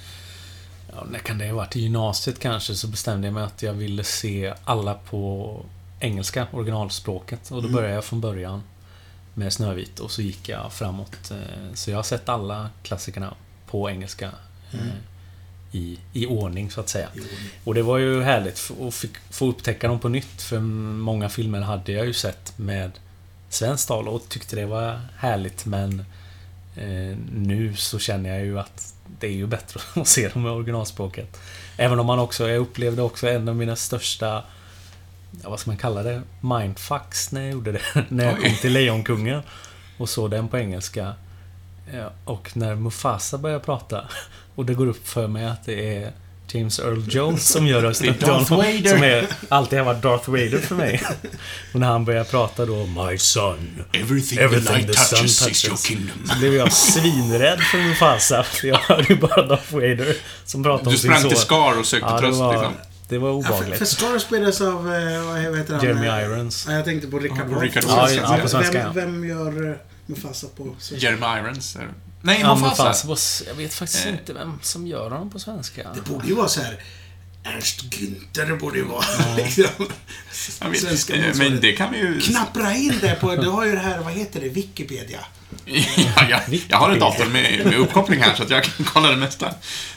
Ja, när kan det ha varit? I gymnasiet kanske så bestämde jag mig att jag ville se alla på engelska, originalspråket. Och då mm. började jag från början med Snövit och så gick jag framåt. Så jag har sett alla klassikerna på engelska. Mm. I, i ordning så att säga. Och det var ju härligt att fick, få upptäcka dem på nytt, för många filmer hade jag ju sett med svenskt tal och tyckte det var härligt, men eh, nu så känner jag ju att det är ju bättre att se dem med originalspråket. Även om man också, jag upplevde också en av mina största, ja, vad ska man kalla det, mindfucks när jag gjorde det, när jag kom till Lejonkungen och såg den på engelska. Ja, och när Mufasa börjar prata och det går upp för mig att det är James Earl Jones som gör rösten, Darth Vader, som är, alltid har varit Darth Vader för mig. Och när han börjar prata då, my son, everything, everything the light the touches, touches is your kingdom. Så blev jag svinrädd för Mufasa, för jag hörde ju bara Darth Vader som pratade om sin son. Du sprang till Scar och sökte ja, tröst var, liksom. Det var Ja, för, obehagligt. för Scar spelas av, eh, vad heter han? Jeremy Irons. Ja, jag tänkte på Richard Ja, Wolff. Richard på Wolff. svenska. Ja, på svenska, ja. vem, vem gör eh, Mufasa på svenska? Jeremy Irons. är- Nej, Ja, Mufasa. Mufasa på- jag vet faktiskt Eh. inte vem som gör honom på svenska. Det borde ju vara så här. Ernst Günther borde ju vara liksom, Jag vet, svenska eh, men motsvarigheten. det kan vi ju... Knappra in det på, du har ju det här, vad heter det, Wikipedia. ja, jag, jag har en dator med, med uppkoppling här så att jag kan kolla det mesta.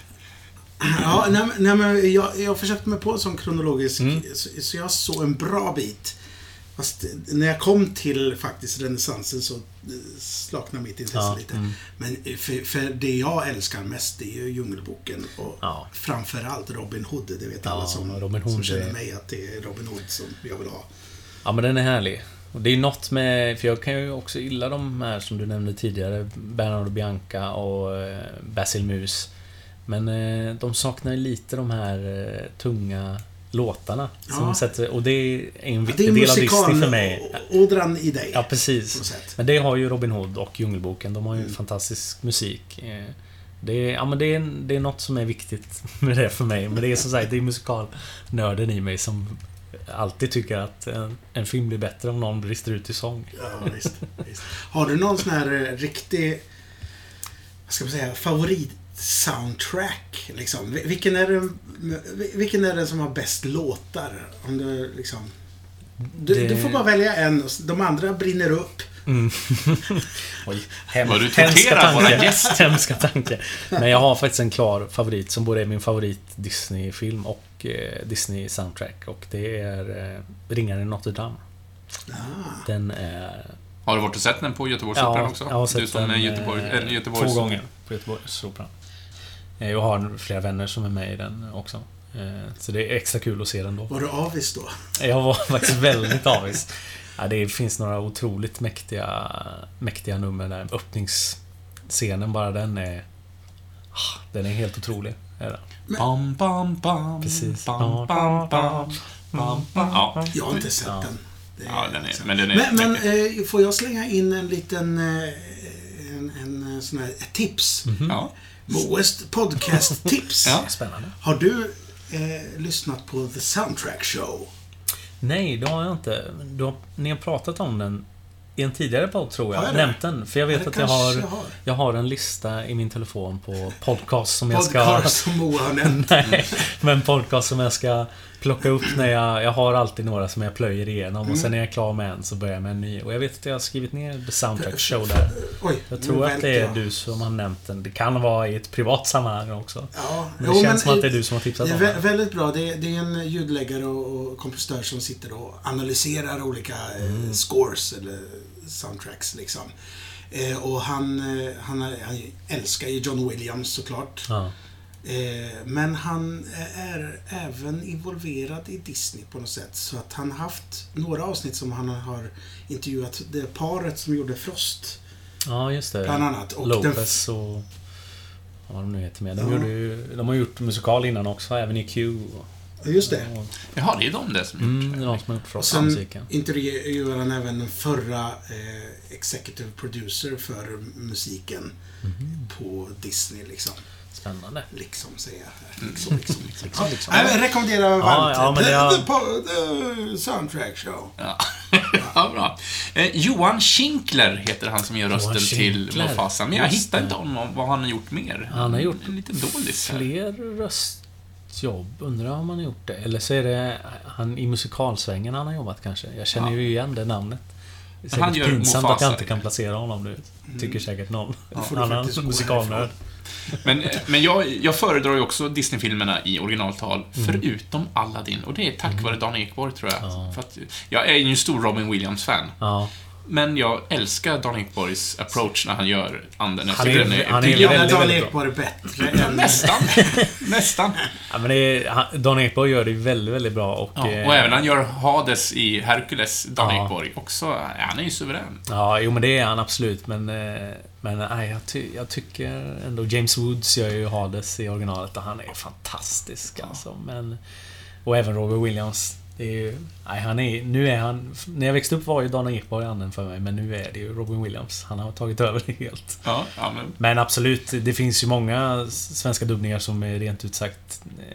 Ja, nej, men- nej, men jag, jag försökte mig på en sån kronologisk, Mm. så, så jag såg en bra bit. Fast när jag kom till faktiskt renässansen så eh, slaknade mitt intresse Ja, lite. mm. Men för, för det jag älskar mest det är ju Djungelboken och Ja. framförallt Robin Hood. Det vet Ja, alla som, Robin Hood som känner är- mig att det är Robin Hood som jag vill ha. Ja, men den är härlig. Och det är något med... För jag kan ju också gilla de här som du nämnde tidigare. Bernardo Bianca och eh, Basil Mus. Men eh, de saknar ju lite de här eh, tunga låtarna. Som Ja. sätter, och det är en Det viktig är del av Disney för mig. musikal-ådran i dig. Ja, på precis. något sätt. Men det har ju Robin Hood och Djungelboken. De har ju Mm. fantastisk musik. Eh, Det är, ja, men det, är, det är något som är viktigt med det för mig. Men det är som sagt, det är musikalnörden i mig som alltid tycker att en, en film blir bättre om någon brister ut i sång. Ja, visst, visst. Har du någon sån här eh, riktig, vad ska man säga, favorit-soundtrack? Liksom? Vil- Vilken är, den, vilken är den som har bäst låtar? Om du liksom... Du, Det- du får bara välja en, och de andra brinner upp. Mm. Oj, hem, Vad du hemska torterar våra tankar. gäster. Hemska tankar. Men jag har faktiskt en klar favorit som både är min favorit Disney-film och eh, Disney-soundtrack. Och det är eh, Ringaren i Notre Dame. Ah, Den är... Har du varit och sett den på Göteborgsoperan Ja, också? jag har sett du som den är Göteborg, eh, äh, Göteborgs... två gånger på Göteborgsoperan. Eh, Jag har flera vänner som är med i den också. Eh, Så det är extra kul att se den då. var du avis då? Jag var faktiskt väldigt avis. Ja, det finns några otroligt mäktiga, mäktiga nummer där. Öppningsscenen, bara den är... ah, Den är helt otrolig. Är den. Bam, bam, bam, Precis. Bam, bam, bam, bam, bam. Ja. Jag har inte sett Ja. den. Det är- Ja, den är, men den är... Men, men eh, får jag slänga in en liten eh, en, en eh, sån här ett tips? ja. Moest podcast-tips. Ja. Spännande. Har du eh, lyssnat på The Soundtrack Show? Nej, det har jag inte. Du har, ni har pratat om den i en tidigare podd, tror Har jag. jag det? Nämnt den. För jag vet Ja, det att jag kanske har, jag har. jag har en lista i min telefon på podcast som jag ska... Podcast som Moa har nämnt. Nej, men podcast som jag ska plocka upp när jag... Jag har alltid några som jag plöjer igenom och sen när jag är klar med en så börjar jag med en ny. Och jag vet att jag har skrivit ner The Soundtrack Show där. Oj, Jag nu tror att välter det är jag. du som har nämnt den. Det kan vara i ett privat sammanhang också. Ja, Men jo, det känns men som att det är du som har tipsat det är om vä- den. väldigt bra. Det är, det är en ljudläggare och, och kompositör som sitter och analyserar olika Mm. eh, scores eller soundtracks liksom. Eh, och han, eh, han, är, han älskar ju John Williams såklart. Ja. Eh, men han är även involverad i Disney på något sätt. Så att han har haft några avsnitt som han har intervjuat det paret som gjorde Frost. ja, just det. Bland annat. Och Lopez och... Vad de nu heter med. De, Ja. gjorde ju, de har gjort musikal innan också, även i Q. den, just det. Och, Jaha, det är de det som mm, gjort det är de som har gjort Och Frost-musiken. sen intervjuar han även den förra eh, executive producer för musiken Mhm. på Disney liksom. Spännande. Liksom säger jag här. Liksom, liksom, liksom. Liksom, liksom. Ja, jag rekommenderar varmt. ja, men the, jag- the, po- the Soundtrack Show. Ja, ja bra. Eh, Johan Schinkler heter han som gör rösten till Schinkler. Mufasa. Men jag Just hittar det. inte honom, vad han har gjort mer. Han har gjort en liten dålis här. Fler röstjobb, undrar om han har gjort det. Eller så är det han i musikalsvängen han har jobbat kanske. Jag känner Ja. ju igen det namnet. Det är säkert Han gör pinsamt Mufasa. att jag inte kan placera honom nu. Tycker säkert någon får du annan faktiskt gå musikalnörd. Men, men jag, jag föredrar ju också Disney-filmerna i originaltal, förutom Aladdin. Och det är tack vare Dan Ekborg, tror jag. Ja. För att jag är ju en stor Robin Williams-fan. Ja. Men jag älskar Dan Ekborgs approach när han gör anden. Jag Han tycker är- den han är Ja, men väldigt, Dan väldigt Ekborg är bättre än... Nästan. Nästan. Ja, men det är, han- Dan Ekborg gör det väldigt, väldigt bra. Och, Ja, eh, och även han gör Hades i Hercules, Dan Ja. Ekborg. Också, ja, han är ju suverän. Ja, jo men det är han absolut. Men, eh, men nej, jag, ty, jag tycker ändå James Woods gör ju Hades i originalet och han är fantastisk alltså. Men, och även Robert Williams. Det är ju, nej, han är, nu är han... När jag växte upp var ju Dan Ekborg anden för mig, men nu är det ju Robin Williams. Han har tagit över det helt. Ja, ja, men, Men absolut, det finns ju många svenska dubbningar som är rent ut sagt eh,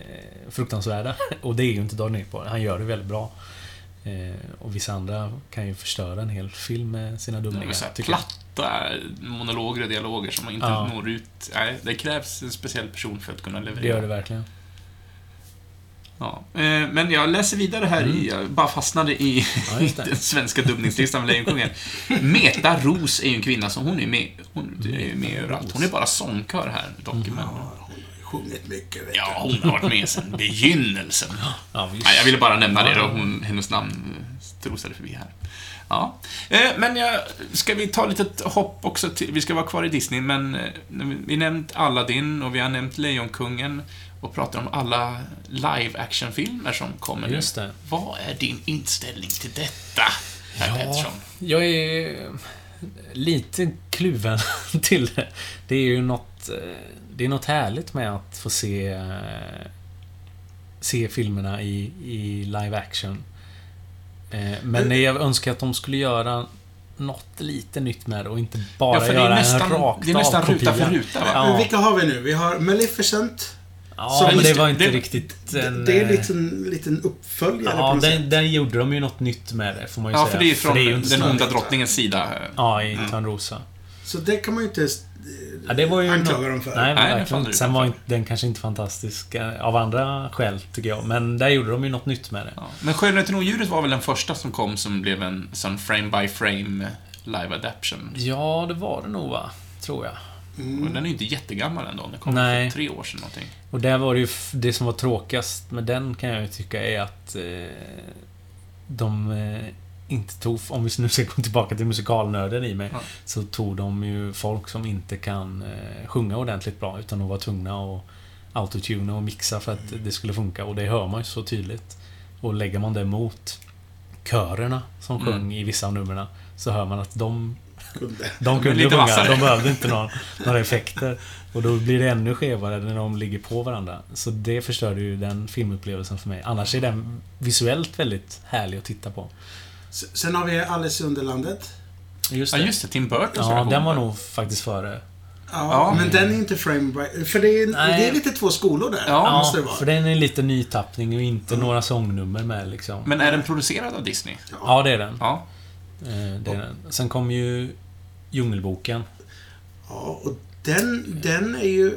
fruktansvärda. Och det är ju inte Donnie på. Han gör det väldigt bra. Eh, och vissa andra kan ju förstöra en hel film med sina dubbningar. Det är platta monologer och dialoger som man inte ja. når ut. Nej, det krävs en speciell person för att kunna leverera. Det gör det verkligen. Ja, eh, men jag läser vidare här mm. i, jag bara fastnade i, ja, i den svenska dubbningslistan med Lejonkungen. Meta Ros är ju en kvinna som hon är med, hon är ju med överallt. Hon är bara sångkör här dock. Mm. Men, ja, hon har sjungit mycket, vet ja, hon har varit med sedan begynnelsen. Ja, Nej, jag ville bara nämna det då, hon, hennes namn strosade förbi här. Ja, eh, men jag, ska vi ta lite hopp också till, vi ska vara kvar i Disney, men eh, vi nämnt Aladdin och vi har nämnt Lejonkungen och pratar om alla live-action-filmer som kommer Just det. nu. Vad är din inställning till detta, herr ja, Pettersson? Jag är lite kluven till det. Det är ju något, det är något härligt med att få se se filmerna i, i live-action. Men jag önskar att de skulle göra något lite nytt med det och inte bara ja, göra nästan, en rakt det är nästan av ruta kopia. för ruta, va? Ja. Men vilka har vi nu? Vi har Maleficent. Ja, men det var inte det, riktigt en... Det är en liten, liten uppföljare ja, på något den, sätt. den gjorde de ju något nytt med det, får man ju ja, säga. för det är från för det är ju den onda drottningens sida. Ja, i mm. Törnrosa. Så det kan man ju inte ja, det var ju anklaga dem för. Nej, nej verkligen. Sen var inte, den kanske inte fantastisk av andra skäl, tycker jag. Men där gjorde de ju något nytt med det. Ja. Men Skönheten och odjuret var väl den första som kom som blev en sån frame by frame live adaption? Ja, det var det nog, va? Tror jag. Mm. Och den är ju inte jättegammal ändå. Den kom Nej. för tre år sedan någonting. Och där var det ju det som var tråkigast med den, kan jag ju tycka, är att eh, de eh, inte tog, om vi nu ska gå tillbaka till musikalnörden i mig, ja. så tog de ju folk som inte kan eh, sjunga ordentligt bra, utan de var tvungna att autotuna och mixa för att det skulle funka, och det hör man ju så tydligt. Och lägger man det mot körerna som sjöng mm. i vissa av numren, så hör man att de kunde. De kunde sjunga, vassare. De behövde inte någon, några effekter. Och då blir det ännu skevare när de ligger på varandra. Så det förstörde ju den filmupplevelsen för mig. Annars är den visuellt väldigt härlig att titta på. Sen har vi Alice i Underlandet. Just det. Ja, just det. Tim Burton. Ja, den var nog faktiskt före. Ja, ja, men den är inte frame by... För det är, det är lite två skolor där. Ja, måste det vara. För den är lite nytappning och inte mm. några sångnummer med, liksom. Men är den producerad av Disney? Ja, ja det är den. Ja. Det är den. Sen kom ju Djungelboken. Ja, och den, den är ju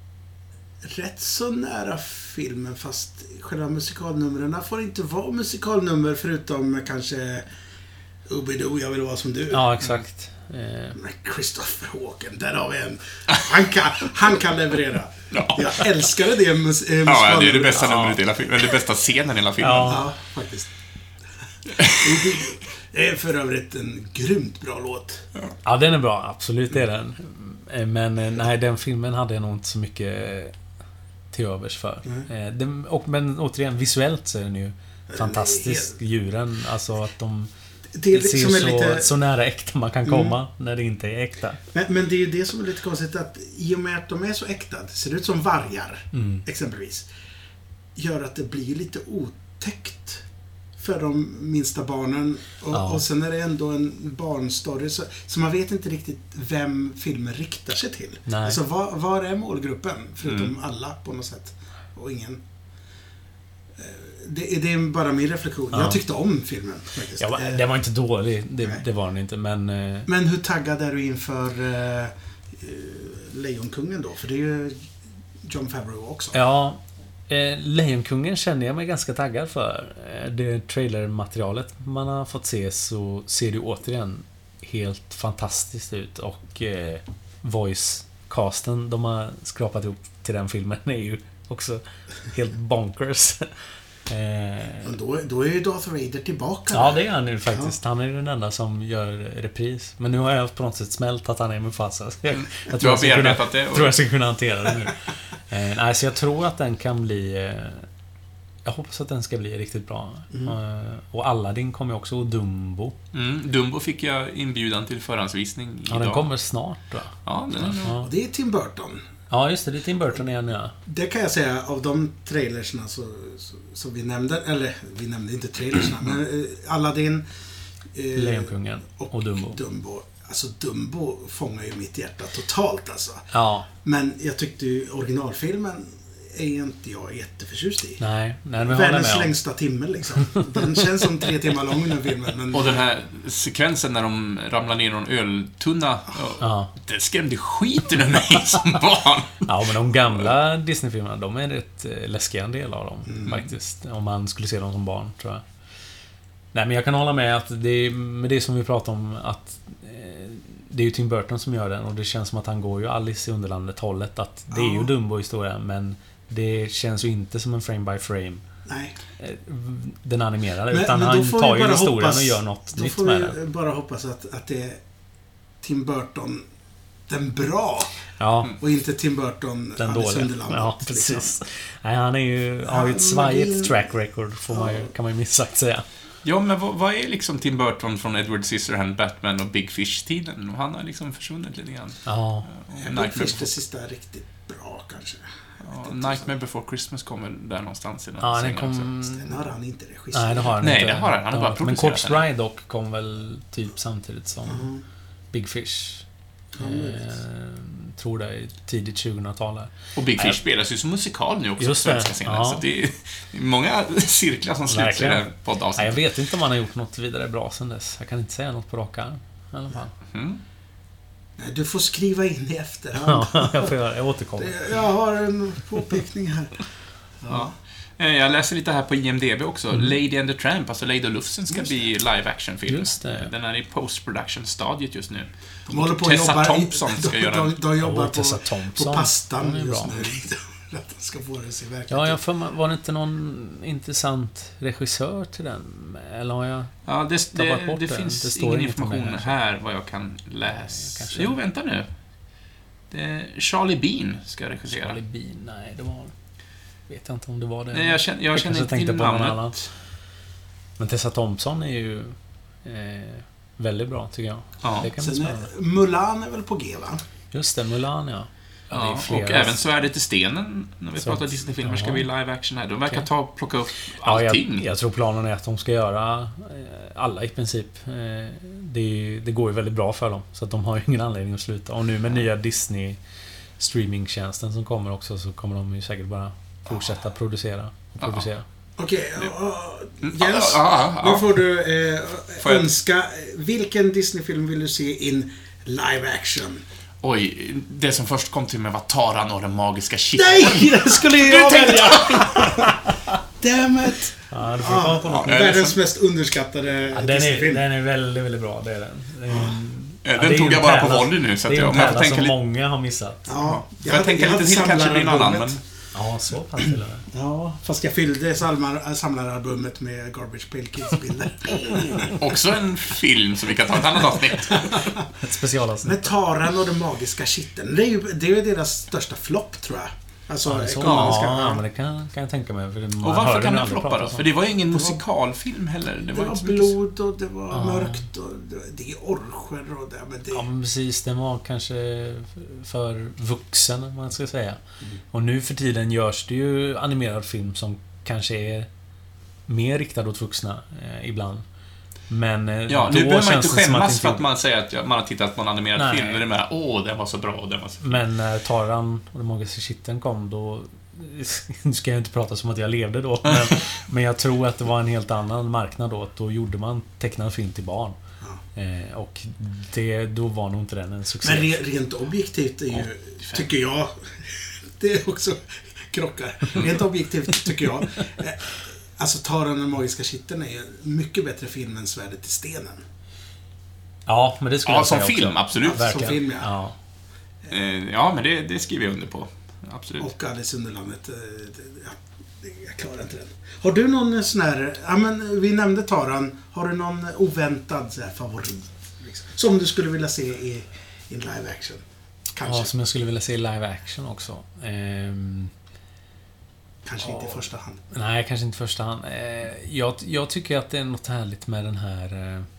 rätt så nära filmen, fast själva musikalnumren får inte vara musikalnummer förutom kanske Ubidoo, jag vill vara som du. Ja, exakt. Men Christopher Walken, där har vi en. Han kan, han kan leverera. Ja. Jag älskade det mus- eh, ja, det är det bästa numret i hela filmen. Det bästa scenen i hela filmen. Ja, ja faktiskt. Det är för övrigt en grymt bra låt. Ja, den är bra. Absolut är den. Men nej, den filmen hade jag nog inte så mycket till övers för. Mm. Den, och, men återigen, visuellt så är den ju fantastisk. Helt... Djuren, alltså att de det är, ser som är så, lite... så nära äkta man kan komma mm. när det inte är äkta. Men, men det är ju det som är lite konstigt, att i och med att de är så äkta, det ser ut som vargar mm. exempelvis, gör att det blir lite otäckt för de minsta barnen. Och, ja. och sen är det ändå en barnstory, så, så man vet inte riktigt vem filmen riktar sig till. Nej. Alltså var, var är målgruppen? Förutom mm. alla på något sätt. Och ingen. Det, det är bara min reflektion. Ja. Jag tyckte om filmen faktiskt. Ja, det var inte dålig. Det, det var den inte, men... Men hur taggad är du inför uh, Lejonkungen då? För det är ju Jon Favreau också. Ja, eh, Lejonkungen känner jag mig ganska taggad för. Det trailermaterialet man har fått se, så ser det återigen helt fantastiskt ut. Och eh, voice-casten de har skrapat ihop till den filmen är ju också helt bonkers. Eh, då, då är ju Darth Vader tillbaka. Ja, det är han ju faktiskt. Ja. Han är ju den enda som gör repris. Men nu har jag på något sätt smält att han är med Mufasa. Jag, jag tror, jag ska, kunna, det och... tror jag ska kunna hantera det nu. eh, nej, så jag tror att den kan bli... Eh, jag hoppas att den ska bli riktigt bra. Mm. Eh, och Aladdin kommer också, och Dumbo. Mm, Dumbo fick jag inbjudan till förhandsvisning idag. Ja, den kommer snart då. Ja, den är ja. Det är Tim Burton. Ja, just det. Det är Tim Burton igen, ja. Det kan jag säga, av de trailersna så, så, så vi nämnde, eller vi nämnde inte trailersna, men eh, Aladdin, eh, Lejonkungen och, och Dumbo. Dumbo. Alltså Dumbo fångar ju mitt hjärta totalt alltså. Ja. Men jag tyckte ju originalfilmen är inte jag jätteförtjust i. Nej, nej, men Världens längsta timme liksom. Den känns som tre timmar lång den filmen. Men... Och den här sekvensen när de ramlar ner i någon öltunna. Ja. Det skrämde skiten ur mig som barn. Ja, men de gamla Disney-filmerna, de är rätt läskiga en del av dem, Mm. faktiskt. Om man skulle se dem som barn, tror jag. Nej, men jag kan hålla med att det, med det som vi pratade om, att eh, det är ju Tim Burton som gör den, och det känns som att han går ju Alice i Underlandet-hållet. Att det är ju Ja. Dumbo-historia, men det känns ju inte som en frame by frame. Nej. eh, Den animerade, Men- utan men då han får tar vi ju bara historien hoppas- och gör något Då nytt får med vi den. bara hoppas att, att det är Tim Burton den bra Ja, och inte Tim Burton den Alice i dåliga. Underlandet. Ja, liksom. precis. Nej, han är ju, har ju ett Han- svajigt magin- track record, får man ju, kan man ju minst sagt säga. Ja, men vad, vad är liksom Tim Burton från Edward Scissorhands Batman och Big Fish-tiden? Han har liksom försvunnit lite grann. Ja, Och Jag Nightmare, fick det before, sista riktigt bra kanske. ja, Nightmare Before Christmas kommer där någonstans i den ja den svängen också. kom... Den har han inte regisserat. Nej, det har han Nej, inte. det har han. Han har bara Men producerat Corpse den. Bride dock kom väl typ samtidigt som Mhm. Big Fish. Ja, möjligt. eh, tror det är tidigt tjugohundratal där. Och Big Fish Nej. spelas ju som musikal nu också Just på svenska det, scenen. ja. Så det är många cirklar som sluts i Verkligen. det här Nej, jag poddavsnittet. vet inte om han har gjort något vidare bra sen dess. Jag kan inte säga något på rak arm. I alla fall. Mm. Nej, du får skriva in i efterhand. Ja, jag får göra jag återkommer. Det- Jag har en påpekning här. Ja. Eh, Jag läser lite här på I M D B också. Mm. Lady and the Tramp, alltså Lady och Lufsen, ska Just bli live action-film. Just det. Den är i post-production-stadiet just nu. De håller på att Tessa jobba... Thompson ska de, göra de, den. de jobbar Åh, på, Tessa på Thompson. pastan Hon är just bra. nu. För att de ska få det att se verkligt Ja, jag ut. för mig, var det inte någon intressant regissör till den? Eller har jag... Ja, det, Tappat det, bort det den. finns Det står ingen inget om det information här. här vad jag kan läsa. Kanske. Jo, vänta nu. Det är Charlie Bean ska regissera. Charlie Bean, nej, det var... Vet jag inte om det var det. Nej, jag känner, jag Jag känner kanske inte till tänkte på någon annan. namnet. Men Tessa Thompson är ju eh, väldigt bra, tycker jag. Ja. Det kan bli Sen spännande. är, Mulan är väl på G, va? Just det, Mulan, ja. Ja, det är Ja, flera- och även Svärdet i stenen, när vi Så pratar att- Disney-filmer, ska jaha. bli live action här. De verkar Okej. ta plocka upp Ja, jag, allting. jag tror planen är att de ska göra eh, alla i princip. Eh, det, det går ju väldigt bra för dem. Så att de har ju ingen anledning att sluta. Och nu med nya Disney streamingtjänsten som kommer också, så kommer de ju säkert bara fortsätta producera och Ja. producera. Okej, uh, Mm, Jens, ja, ja, ja. då får du eh, Får jag- önska... Vilken Disney-film vill du se in live action? Oj, det som först kom till mig var Taran och den magiska kitteln. Nej! Det skulle jag välja! Damn it! Ja, du får komma på något. Ja, Världens mest underskattade Ja, den, är, Disney-film. den är väldigt, väldigt bra. Det är den. Det är en, Ja, ja, den det är tog ju jag en bara på pärla- volley nu, så att det är jag- en om jag får pärla tänka som lite- många har missat. Ja, Får jag tänka lite till kanske det blir någon annan, men... Ja, så pass till och med. Ja, fast jag fyllde samlar, samlaralbumet med Garbage Pail Kids-bilder. Också en film som vi kan ta ett annat avsnitt. Ett specialavsnitt. Med Taran och den magiska kitteln. Det är ju det är ju deras största flopp, tror jag. Alltså, Ja, så, ekonomiska. ja, men det kan, kan jag tänka mig. För man Och varför hör kan ju den aldrig floppa prata då? så. För det var ju ingen musikalfilm heller. Det Det var, var inte så mycket- blod och det var Ja. mörkt och det, det är orcher och det, men det... Ja, men precis. Den var kanske för vuxen, om man ska säga. Mm. Och nu för tiden görs det ju animerad film som kanske är mer riktad åt vuxna eh, ibland. Men eh, Ja, då nu behöver man känns inte det som skämmas det för inte- att man säger att ja, man har tittat på en animerad Nej. film. Det är med åh, den var så bra, den var så... Men när Taran och den magiska kitteln kom, då... Nu ska jag inte prata som att jag levde då, men, men jag tror att det var en helt annan marknad då. Att då gjorde man tecknad film till barn. Eh, och det, då var nog inte den en succé. Men re, rent objektivt är ju, tycker jag, det är också krockar. Rent objektivt tycker jag, eh, alltså Taran och den magiska kitteln är ju en mycket bättre film än Svärdet i stenen. Ja, men det skulle Ja, jag säga som film, också. absolut. Ja, verkligen. Som film, ja. ja. Eh, Ja, men det, det skriver jag under på. Absolut. Och Alice i Underlandet, eh, det, ja, det, jag klarar inte den. Har du någon sån här, ja men vi nämnde Taran, har du någon oväntad så här, favorit? Liksom, som du skulle vilja se i, i live action? Kanske, Ja, som jag skulle vilja se i live action också. Ehm, kanske inte i första hand. nej, kanske inte i första hand. Eh, jag, jag tycker att det är något härligt med den här eh,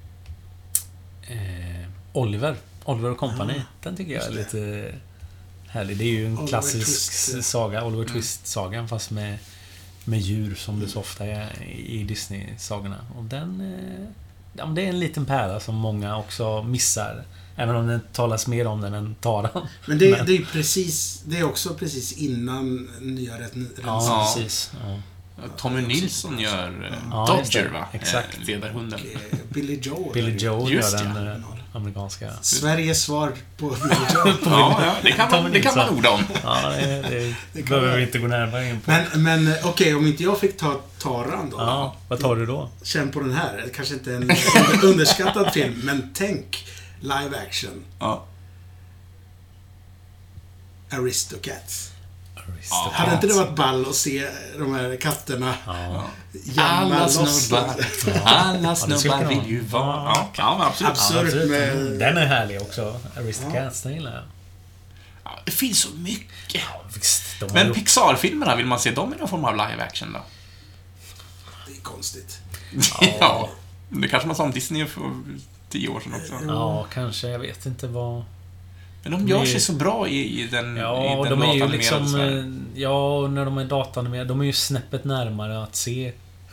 eh, Oliver. Oliver och Company. Ah, den tycker jag är just lite härlig. Det är ju en Oliver klassisk Twist, ja. saga, Oliver Mm. Twist-sagan, fast med, med djur som det så ofta är i Disney-sagorna. Och den, eh, ja, men det är en liten pärla som många också missar. Även om det talas mer om den än Taran. Men det, men det är precis, det är också precis innan nya rätten. Ja, precis. Ja. Tommy Nilsson gör ja, Dodger, va? Exakt. Ledarhunden. Och Billy Joe. Billy Joe Just gör ja. den amerikanska. Sveriges svar på Billy Joe. Ja, ja, det kan man, det kan man orda om. Ja, det, det, det behöver vi inte gå närmare in på. Men, men okej, okay, om inte jag fick ta Taran då. Ja, vad tar du då? Känn på den här. Kanske inte en underskattad film, men tänk live action. Ja. Aristocats. Aristocats. Hade inte det varit ball att se de här katterna Ja. Alla loss? snubbar, alla snubbar vill ju vara... Ja, ja absolut. Absurt Ja, med... Den är härlig också. Aristocats, den gillar jag. Ja, det finns så mycket. Ja, visst, de har Men gjort- Pixar-filmerna, vill man se dem i någon form av live action då? Det är konstigt. Ja. Det kanske man sa om Disney för tio år sedan också. Ja, kanske. Jag vet inte vad... Men de gör De är- sig så bra i, i den, Ja, i och den de är ju datanimerade liksom... sfären. eh, Ja, när de är datanimerade, de är ju snäppet närmare att se...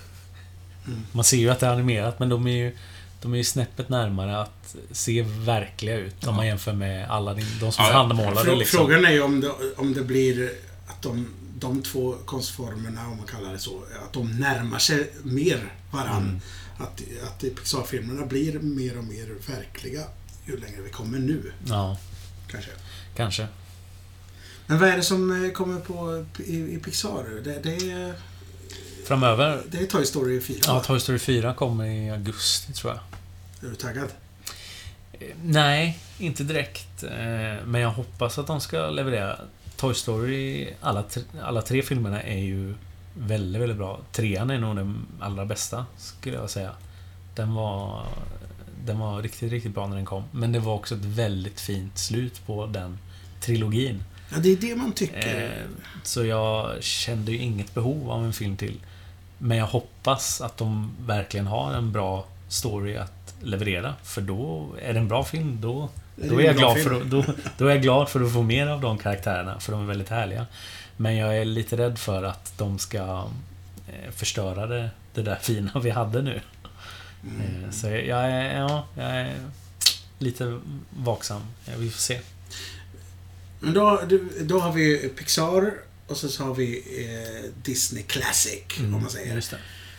Man ser ju att det är animerat, men de är ju... De är ju snäppet närmare att se verkliga ut om man jämför med alla de, de som Ja, är ja. handmålade Frå- liksom. Frågan är ju om det, om det blir att de, de två konstformerna, om man kallar det så, att de närmar sig mer varann. Mm. Att, att Pixar-filmerna blir mer och mer verkliga ju längre vi kommer nu, Ja, kanske. kanske. Men vad är det som kommer på i, i Pixar? Det, det, är, Framöver... det är Toy Story fyra. Ja, Toy Story fyra kommer i augusti, tror jag. Är du taggad? Eh, Nej, inte direkt. Eh, Men jag hoppas att de ska leverera. Toy Story, alla, tre, alla tre filmerna är ju väldigt, väldigt bra. Trean är nog den allra bästa, skulle jag säga. Den var, den var riktigt, riktigt bra när den kom. Men det var också ett väldigt fint slut på den trilogin. Ja, det är det man tycker. Eh, Så jag kände ju inget behov av en film till. Men jag hoppas att de verkligen har en bra story att leverera. För då är det en bra film. Då, Det är då, är en jag bra glad film. för, då, då är jag glad för att få mer av de karaktärerna. För de är väldigt härliga. Men jag är lite rädd för att de ska eh, förstöra det, det där fina vi hade nu. Eh, Så jag är, ja, jag är lite vaksam. Vi får se. Men då, då har vi Pixar och så har vi eh, Disney Classic, om man säger. Just det.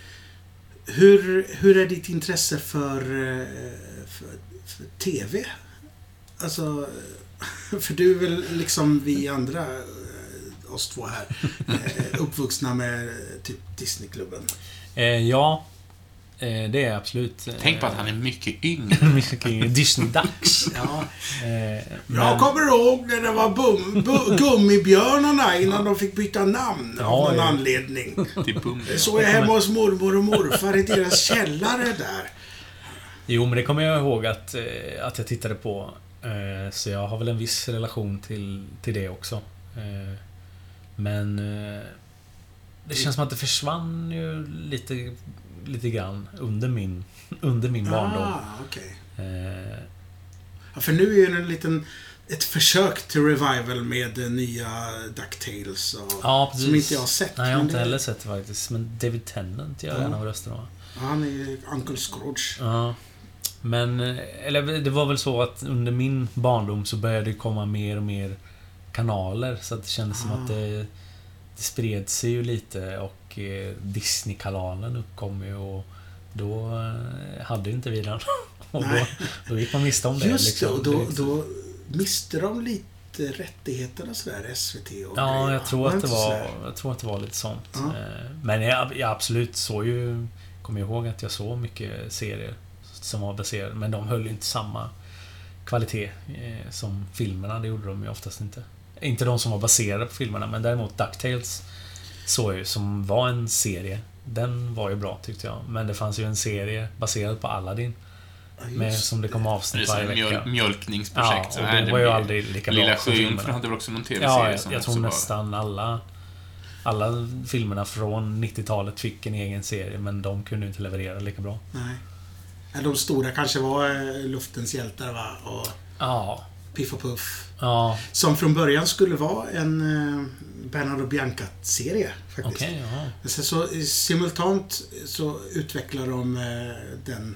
Hur, hur är ditt intresse för, eh, för, för T V? Alltså, för du är väl liksom vi andra, eh, oss två här, eh, uppvuxna med typ Disneyklubben. Eh, ja, eh, det är absolut. Tänk på att han är mycket yngre. mycket Disney-dags. Ja. Eh, Jag kommer ihåg när det var bum, bu, gummibjörnarna innan de fick byta namn av Ja, någon ja. anledning. Till Bum. Det såg jag hemma hos mormor och morfar i deras källare där. Jo, men det kommer jag ihåg att, eh, att jag tittade på. Eh, så jag har väl en viss relation till, till det också. Eh, men eh, det känns som att det försvann ju lite, lite grann under min, under min barndom. Ah, okej. Eh, Ja, för nu är det en liten, ett försök till revival med eh, nya DuckTales och, ja, precis. som inte jag har sett. Nej, jag har men inte det- heller sett det faktiskt. Men David Tennant gör Ja. en av rösterna, va? Han är ju Uncle Scrooge. Ja. Men, eller det var väl så att under min barndom så började det komma mer och mer kanaler. Så att det kändes som Ah. att det, det spred sig ju lite och eh, Disney-kanalen uppkom ju och då eh, hade inte vi den. Och då, Nej. då gick man miste om det. Just liksom. det, och då, liksom. då miste de lite rättigheterna sådär, S V T och Ja, grejer, jag va? tror, att det inte var, sådär? jag tror att det var lite sånt. Ja. Eh, Men jag, jag absolut såg ju... Kommer jag ihåg att jag såg mycket serier som var baserade, men de höll ju inte samma kvalitet eh, som filmerna. Det gjorde de ju oftast inte. Inte de som var baserade på filmerna, men däremot DuckTales såg jag ju, som var en serie. Den var ju bra, tyckte jag. Men det fanns ju en serie baserad på Aladdin. Ja, just Med, som det kom Det är avsnitt som varje ett mjöl, vecka. mjölkningsprojekt. Ja, så och här, det var ju blir- aldrig lika bra Lilla som Sjöjungfrun filmerna. hade väl också någon tv-serie Ja, jag, som jag också tror var... nästan alla alla filmerna från nittiotalet fick en egen serie, men de kunde inte leverera lika bra. Nej. Ja, de stora kanske var eh, Luftens hjältar, va? Och Ja, Piff och Puff. ja, Som från början skulle vara en eh, Bernard och Bianca-serie, faktiskt. okej, ja. Men sen så eh, simultant så utvecklar de eh, den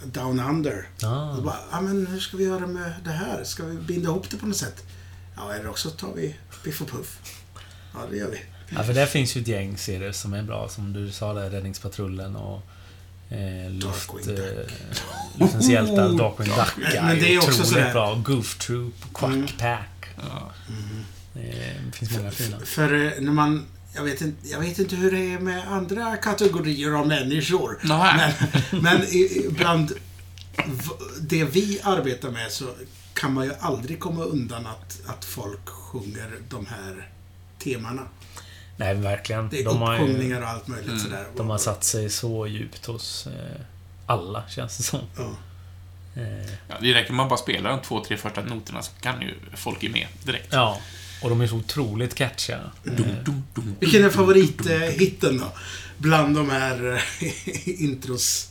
Down Under. Ah. Och bara, ja men hur ska vi göra med det här? Ska vi binda ihop det på något sätt? Ja, eller också tar vi Piff och Puff. Ja, det gör vi. Ja, för där finns ju ett gäng serier som är bra. Som du sa där, Räddningspatrullen och eh, luft, Darkwing Duck. eh, Luftens hjältar, Darkwing Duck. Men det är också otroligt sådär. bra. Goof Troop, Quack Mm. Pack. Ja. Det finns många fina. För eh, när man... Jag vet, inte, jag vet inte hur det är med andra kategorier av människor. Nähä. Men, men i- ibland v- det vi arbetar med så kan man ju aldrig komma undan att, att folk sjunger de här temana. Nej, verkligen. Det är De har, ju, uppsjungningar och allt möjligt Mm. sådär. de har satt sig så djupt hos eh, alla, känns det som. Ja. Eh, Ja, det räcker man bara spelar de två, tre första noterna så kan ju folk ge med direkt. ja, och de är så otroligt catchiga. Eh, Dum, dum, dum. Vilken är favorithitten då? Bland de här eh, intros.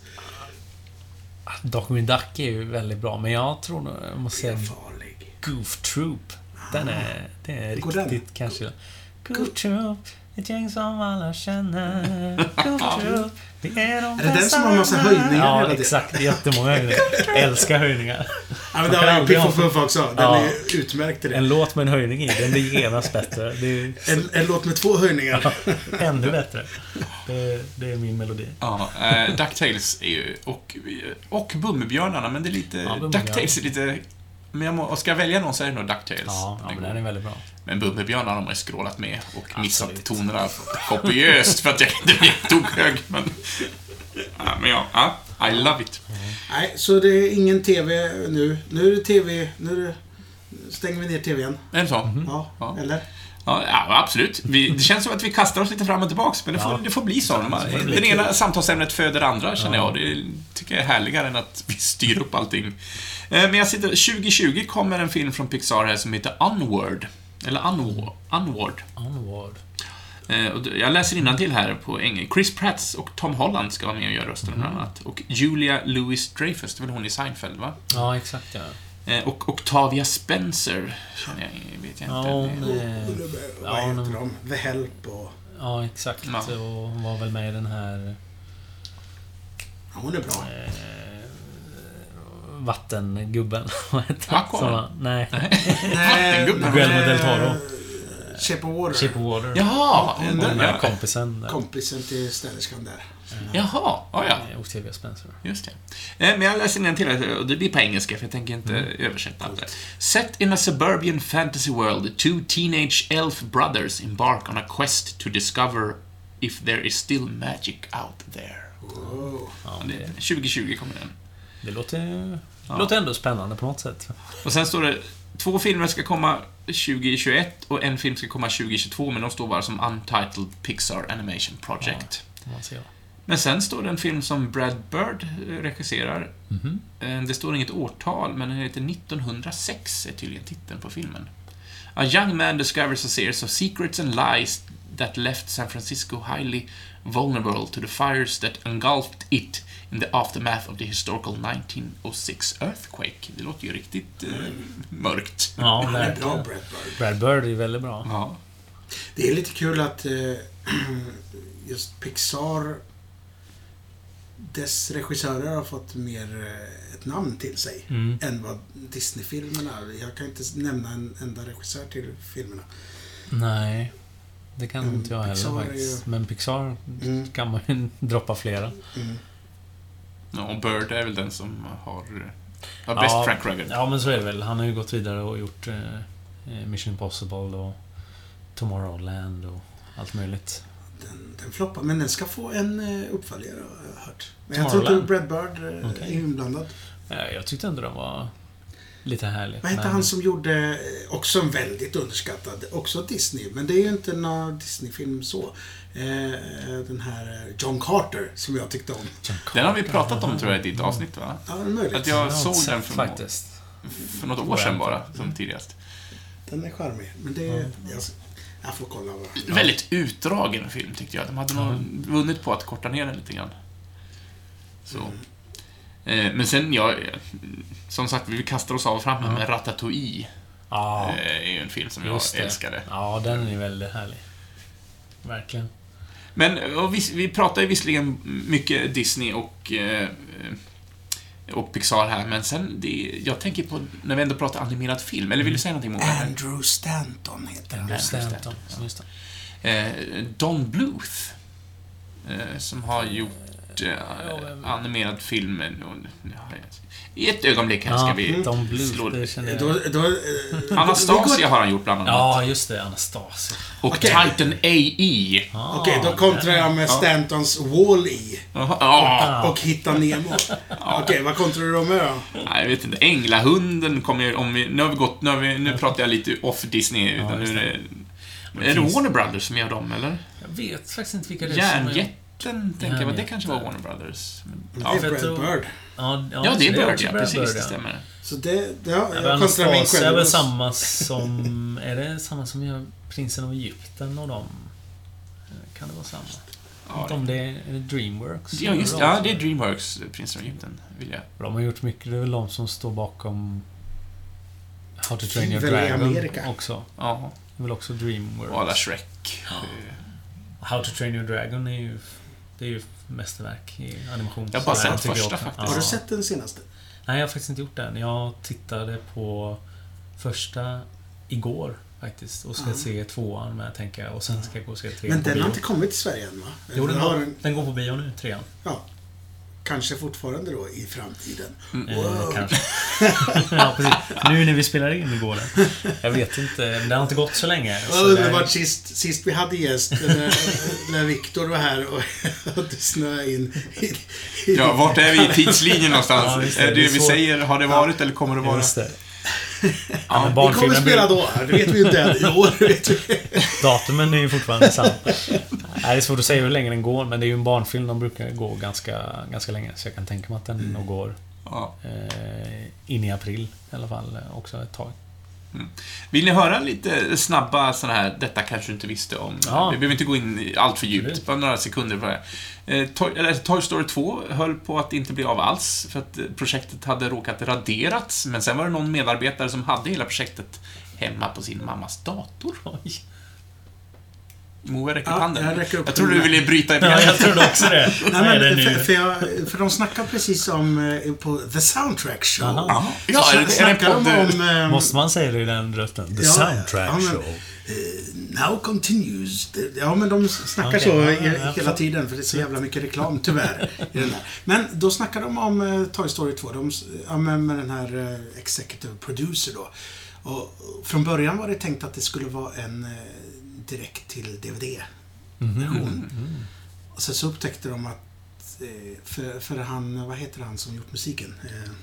Darkwing Duck är ju väldigt bra, men jag tror nog, jag måste Det är säga farlig. Goof Troop. Den är, det är Går riktigt den? kanske. Goof Troop, ett gäng som alla känner. Goof Troop, vi är de Är det den som har massa bästa. höjningar hela Ja, tiden? exakt. Jättemånga höjningar. Älskar höjningar. Ja, men det Man kan har ju aldrig Piff ha- och Puff också. Den Ja. är utmärkt i det. En låt med en höjning i, den blir genast bättre. Det är En, en låt med två höjningar. ännu bättre. Det, det är min melodi. Ja, eh, DuckTales är ju... Och, och Bumbibjörnarna, men det är lite... Ja, Bumbibjörnarna. DuckTales är lite... Men jag må, och ska jag välja någon så är det nog DuckTales. Ja, ja Den men går. den är väldigt bra. Men Bumbibjörnarna har man ju skrålat med och missat Absolut. tonerna kopiöst för att jag inte blev tokhög. Men, ja, men ja, ja, I love it. Nej, så det är ingen tv nu. Nu är det tv... Nu är det, stänger vi ner tvn. Är det så? Ja, Ja. eller? Ja, ja absolut. Vi, det känns som att vi kastar oss lite fram och tillbaks, men det får, Ja. det får bli så. Man, får det bli den ena kul. samtalsämnet föder det andra, känner Ja. jag. Det tycker jag är härligare än att vi styr upp allting. Eh, Men jag sitter... tjugo tjugo kommer en film från Pixar här som heter Onward. Eller Unward. Onward. Onward. Eh, och d- jag läser innantill här på engelska. Chris Pratt och Tom Holland ska vara med och göra rösten bland annat. Och Julia Louis-Dreyfus, det är väl hon i Seinfeld, va? Ja, exakt ja. Eh, och Octavia Spencer, känner jag, vet jag inte. Ja, hon, Det- eh, Vad ja, heter men- de? The Help och... ja, exakt. Ja. Och hon var väl med i den här Ja, hon är bra. eh, vattengubben. Vad heter Aquaman? Såna- Nej. Vattengubben. Guillermo del Toro. Shape of Water. Shape of Water. Jaha, Hon den Den där där kompisen. Där. Kompisen till städerskan där. Jaha, ja, ja. Eh, Octavia Spencer. Just det. Eh, Men jag läser in till och det blir på engelska för jag tänker inte översätta allt det. Set in a suburban fantasy world, two teenage elf brothers embark on a quest to discover if there is still magic out there. Wow. Ja, Det, det, tjugo tjugo kommer den. det låter, Ja. låter ändå spännande på något sätt. Och sen står det, två filmer ska komma tjugo tjugoett och en film ska komma tjugo tjugotvå, men de står bara som Untitled Pixar Animation Project. Om man ser. Men sen står det en film som Brad Bird eh, regisserar. Mhm. Eh, Det står inget årtal, men den heter nittonhundrasex, är tydligen titeln på filmen. A young man discovers a series of secrets and lies that left San Francisco highly vulnerable to the fires that engulfed it in the aftermath of the historical nineteen oh six earthquake. Det låter ju riktigt eh, mörkt. Ja, Han är bra, verkligen. Brad Bird. Brad Bird är väldigt bra. Ja. Det är lite kul att eh, just Pixar, dess regissörer har fått mer eh, ett namn till sig Mm. än vad Disney-filmerna. Jag kan inte nämna en enda regissör till filmerna. Nej, det kan Mm, inte jag heller Pixar är faktiskt. ju- Men Pixar Mm. kan man ju droppa flera. Mm. Ja, och Bird är väl den som har, har bäst Ja, track record. Ja, men så är det väl. Han har ju gått vidare och gjort eh, eh, Mission Impossible och Tomorrowland och allt möjligt. Den, den floppar, men den ska få en eh, uppföljare har jag hört. Men jag tror inte Tomorrowland? Brad Bird eh, Okej. är inblandad. Eh, Jag tyckte ändå den var lite härlig. Vad heter men- han som gjorde, eh, också en väldigt underskattad, också Disney, men det är ju inte någon Disney-film så. Eh, den här eh, John Carter, som jag tyckte om. Den har vi pratat om, tror jag, i ditt avsnitt, va? Ja, det är möjligt. Att jag har såg inte den sett för, faktiskt. för något år sedan bara, som tidigast. Den är charmig, men det är... Jag, jag får kolla vad... Väldigt utdragen film, tyckte jag. De hade nog vunnit på att korta ner den lite grann. Så. Eh, Men sen, ja, som sagt, vi kastar oss av och fram här med Ratatouille. Ja, Eh, är ju en film som jag just det. älskade. Ja, den är väldigt härlig. Verkligen. Men och vi, vi pratar ju visserligen mycket Disney och eh, och Pixar här, men sen, det, jag tänker på, när vi ändå pratar animerad film, eller vill du säga någonting om det? Andrew Stanton heter han. Andrew Stanton, ja. Just det. Eh, Don Bluth, eh, som har gjort eh, animerad film. I ett ögonblick här ska Ja, vi Don Bluth, slå. det känner Då, jag. då, eh, Anastasia har han gjort bland annat. Ja, just det, Anastasia. Och Okej. Titan A E. Ah, Okej, då kontrar jag med Stantons Wall-E Ja, och Hitta Nemo. Okej, vad kontrar du då med då? nej, jag vet inte. Änglahunden kommer ju, om vi, nu har vi gått, nu, har vi, nu pratar jag lite off Disney, utan nu är det, är det Warner Brothers som gör dem, eller? Jag vet faktiskt inte vilka det är som är... Järnjätten, tänker jag, men det kanske var Warner Brothers. Det Ja, är för jag Brad tror- Bird. Ja, ja, ja det är så Bird, också ja, Brad precis, Bird, det ja. stämmer. Så det, det ja, Ja, jag kontrar min Anastasia är själv. väl samma som... Är det samma som gör Prinsen av Egypten och dem? Kan det vara samma? Ja, Inte om det är, är det Dreamworks? Ja, just ja, det är Dreamworks, Prinsen av Egypten, vill jag. De har gjort mycket. Det är väl de som står bakom How to Train Your Väl i Dragon Amerika. också. Ja, Det är väl också Dreamworks. och alla Shrek. How to Train Your Dragon är ju... Det är ju mästerverk i animation. Jag har bara Så sett jag tycker första också- faktiskt. Har du sett den senaste? Nej, jag har faktiskt inte gjort den. Jag tittade på första igår faktiskt. Och ska Ja. se tvåan med, tänker jag. Och sen ska jag gå och se trean Men på den bio. har inte kommit till Sverige än, va? Jo, den, har går, en, den går på bio nu, trean. ja, kanske fortfarande då i framtiden. Eh, Wow. kanske. ja, precis. Nu när vi spelar in går den. Jag vet inte. Det har inte gått så länge. Vad Så det är- underbart sist, sist vi hade gäst, när, när Viktor var här och, och du snöade in i, i Ja, vart är vi i tidslinjen någonstans? Ja, just det, är det, det är vi så- säger, har det varit eller kommer det vara? Just det. Ja, men Vi kommer barnfilmen spela blir- då, det vet vi ju inte än. I år vet vi. Datumen är ju fortfarande samma. Nej, det är svårt att säga hur länge den går, men det är ju en barnfilm. De brukar gå ganska, ganska länge. Så jag kan tänka mig att den nog går Ja. eh, in i april i alla fall eh, också ett tag. Vill ni höra lite snabba såna här, detta kanske du inte visste om? Ja. Vi behöver inte gå in i allt för djupt, Absolut. bara några sekunder på det. Eh, Toy, eller, Toy Story två höll på att inte bli av alls, för att eh, projektet hade råkat raderats, men sen var det någon medarbetare som hade hela projektet hemma på sin mammas dator. Oj. Moe räcker upp Ja, handen. jag räcker upp jag tror du handen. ville bryta i Ja, programmet. jag trodde också det. Nej, Vad är det men, nu? för, för, jag, för de snackar precis om eh, på The Soundtrack Show. Aha. Jaha. Ja, är det, är det snackar en de podd? om... ehm, Måste man säga det i den rösten? The Ja, Soundtrack ja, men- Show. eh, now continues. Ja, men de snackar Okej, så ja, i- ja, ja. hela tiden, för det är så jävla mycket reklam, tyvärr. i den här. Men då snackar de om eh, Toy Story två, de, ja, med, med den här eh, executive producer då. Och från början var det tänkt att det skulle vara en eh, direkt till D V D-version. Och sen så upptäckte de att eh, för, för han, vad heter han som gjort musiken?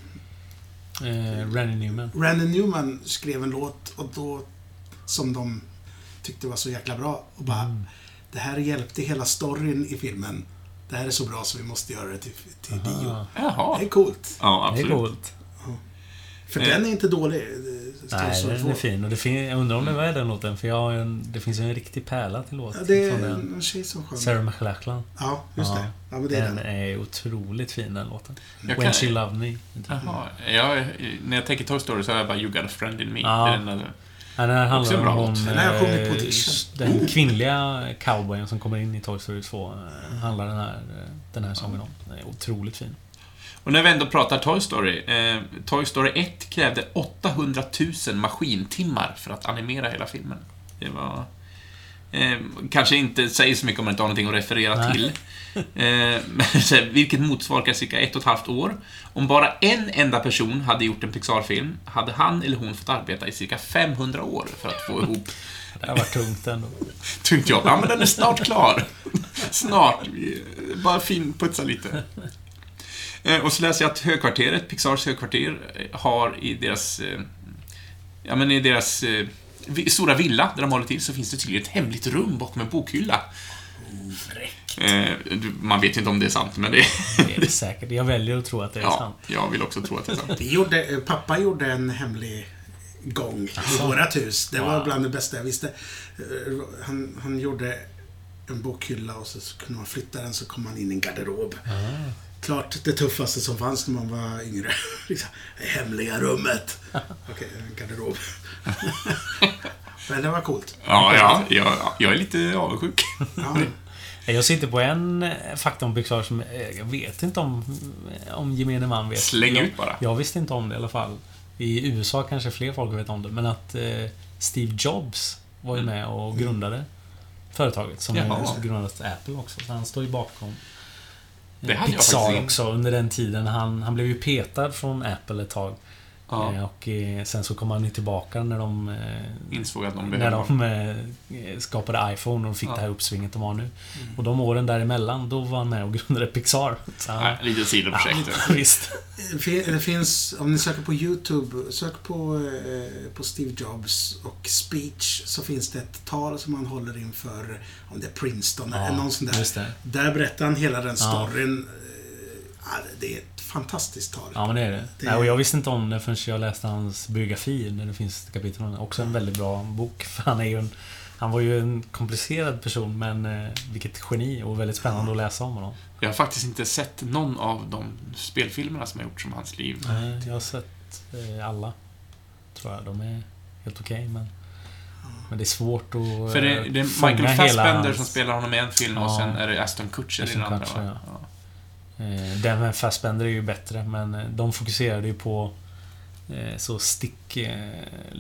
Eh, Eh, Randy Newman. Randy Newman skrev en låt och då som de tyckte var så jäkla bra och bara det här hjälpte hela storyn i filmen. Det här är så bra så vi måste göra det till, till bio. Ah, Jaha. Det är coolt. Ja, det är absolut. coolt. För Eh. den är inte dålig. eh, Toy Nej, Story den två. är fin. Och det fin jag undrar om det var den låten, för jag har en, det finns ju en riktig pärla till låt Ja, det är från den. en tjej som sjöng. Sarah McLachlan. Ja, just Ja, det. Ja, men det är Den den. är otroligt fin, den låten. Jag When kan- She Loved Me. Jaha. Jag, när jag tänker Toy Story så har jag bara You Got a Friend in Me. Ja. Det är den där- Ja, den här Också en handlar bra om låt. hon, Den har jag sjungit på eh, audition. den kvinnliga cowboyen som kommer in i Toy Story två. eh, Handlar den här, eh, den här sången om. Den är otroligt fin. Och när vi ändå pratar Toy Story. Eh, Toy Story ett krävde åttahundratusen maskintimmar för att animera hela filmen. Det var... Eh, kanske inte säger så mycket om man inte har någonting att referera Nej. till. Eh, men, så här, vilket motsvarar cirka ett och ett halvt år. Om bara en enda person hade gjort en Pixar-film hade han eller hon fått arbeta i cirka femhundra år för att få ihop Det har varit tungt ändå. tungt jobb. Ja, men den är snart klar. Snart. Vi- Bara fin putsa lite. Eh, Och så läser jag att högkvarteret, Pixars högkvarter, eh, har i deras... eh, Ja, men i deras eh, vi- stora villa där de håller till så finns det tydligen ett hemligt rum bakom en bokhylla. Eh, du- Man vet ju inte om det är sant, men det Det är det säkert. Jag väljer att tro att det är ja, sant. jag vill också tro att det är sant. Vi gjorde, eh, pappa gjorde en hemlig gång i vårat hus. Det var Wow. bland det bästa jag visste. Eh, Han, han gjorde en bokhylla och så kunde man flytta den så kom man in i en garderob. Ah. Klart det tuffaste som fanns när man var yngre. Liksom, det hemliga rummet. Okej, en garderob. Men det var coolt. Ja, ja, jag, jag är lite avundsjuk. Ja. Jag sitter på en fakta om Pixar som jag vet inte om, om gemene man vet. Släng jag, ut bara. Jag visste inte om det i alla fall. I U S A kanske fler folk vet om det. Men att eh, Steve Jobs var ju med och grundade företaget. Som har grundat Apple också. Så han står ju bakom eh, Pixar också under den tiden. Han, han blev ju petad från Apple ett tag. Ja. Eh, och eh, sen så kom han ju tillbaka när de eh, insåg att de när de eh, skapade iPhone och fick ja. det här uppsvinget de har nu. Mm. Och de åren däremellan, då var han med och grundade Pixar. Så han, Nej, lite sidoprojekt. Ja, visst. Det finns, om ni söker på YouTube, sök på, eh, på Steve Jobs och speech, så finns det ett tal som han håller inför, om det är Princeton ja, eller någon sån där. Där berättar han hela den storyn. Ja. Det är ett fantastiskt tal. Ja, men det är det. det är... Nej, och jag visste inte om det förrän jag läste hans biografi, när det finns ett kapitel om det. Också en väldigt bra bok, för han är ju en, han var ju en komplicerad person, men eh, vilket geni och väldigt spännande att läsa om honom. Jag har faktiskt inte sett någon av de spelfilmerna som har gjorts om hans liv. Nej, jag har sett eh, alla, tror jag. De är helt okej, okay, men men det är svårt att för det, det är Michael Fassbender hela... som spelar honom i en film ja, och sen är det Aston Kutcher i den andra. Kutcher, ja. Ja. Den med Fassbender är ju bättre, men de fokuserade ju på eh, så stick eh,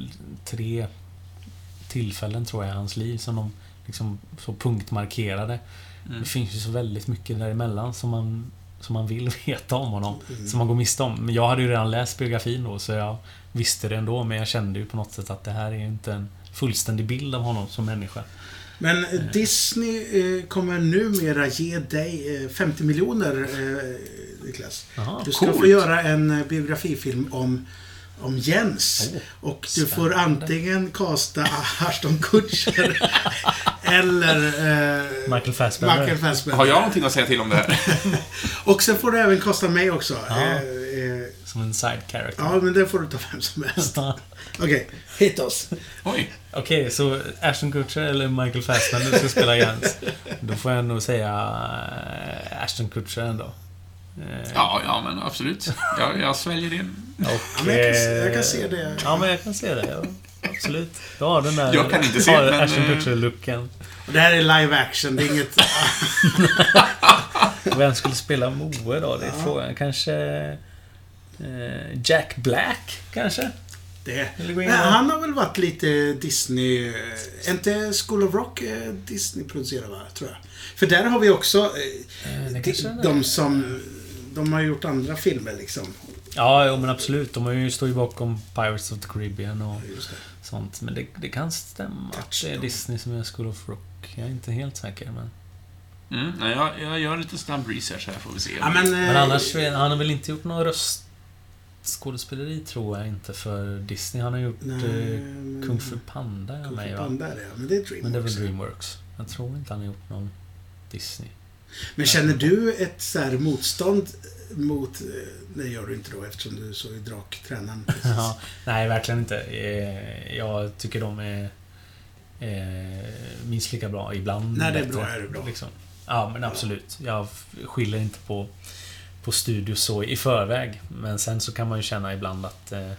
tre tillfällen tror jag i hans liv som de liksom så punktmarkerade. Mm. Det finns ju så väldigt mycket däremellan som man, som man vill veta om honom, mm. som man går miste om. Men jag hade ju redan läst biografin då, så jag visste det ändå, men jag kände ju på något sätt att det här är ju inte en fullständig bild av honom som människa. Men eh, Disney eh, kommer numera ge dig eh, femtio miljoner, eh, Niklas. Aha, du ska coolt. få göra en biografifilm om, om Jens. Oh, och du spännande. får antingen kasta Ashton Kutcher eller eh, Michael Fassbender. Michael Fassbender. Har jag någonting att säga till om det här? Och sen får du även kasta mig också. Eh, eh, som en side character. Ja, men det får du ta vem som helst. Okej, okay, hit oss. Oj. Okej, okay, så Ashton Kutcher eller Michael Fassbender ska spela Jens. Då får jag nog säga Ashton Kutcher ändå. Ja, ja, men absolut. Jag, jag sväljer det. Och, ja, men jag, kan, jag kan se det. Ja, men jag kan se det. Ja. Absolut. Då har den där, jag kan inte se men... Ashton Kutcher-looken. Och det här är live action, det är inget... Vem skulle spela Moe då? Det är ja. frågan. Kanske eh, Jack Black, kanske? Det. Nej, han har väl varit lite Disney... Inte School of Rock Disney-producerad, va, tror jag. För där har vi också eh, de, de som... De har gjort andra filmer, liksom. Ja, men absolut. De har ju stått bakom Pirates of the Caribbean och sånt. Men det, det kan stämma att det är Disney som är School of Rock. Jag är inte helt säker, men... Mm, nej, jag, jag gör lite snabb research här, får vi se. Ja, men, men annars, han har väl inte gjort någon röst... skådespeleri tror jag inte för Disney. Han har gjort nej, eh, Kung Fu Panda. Kung mig, Fu Panda är det, men det är Dreamworks. Men det är väl Dreamworks. Jag tror inte han har gjort någon Disney. Men känner du ett så här motstånd mot... Nej, gör du inte då, eftersom du så i Draktränaren. Ja, nej, verkligen inte. Jag tycker de är minst lika bra ibland. Nej, det är bra, är det bra. Liksom. Ja, men absolut. Jag skiljer inte på på studio så i förväg. Men sen så kan man ju känna ibland att eh,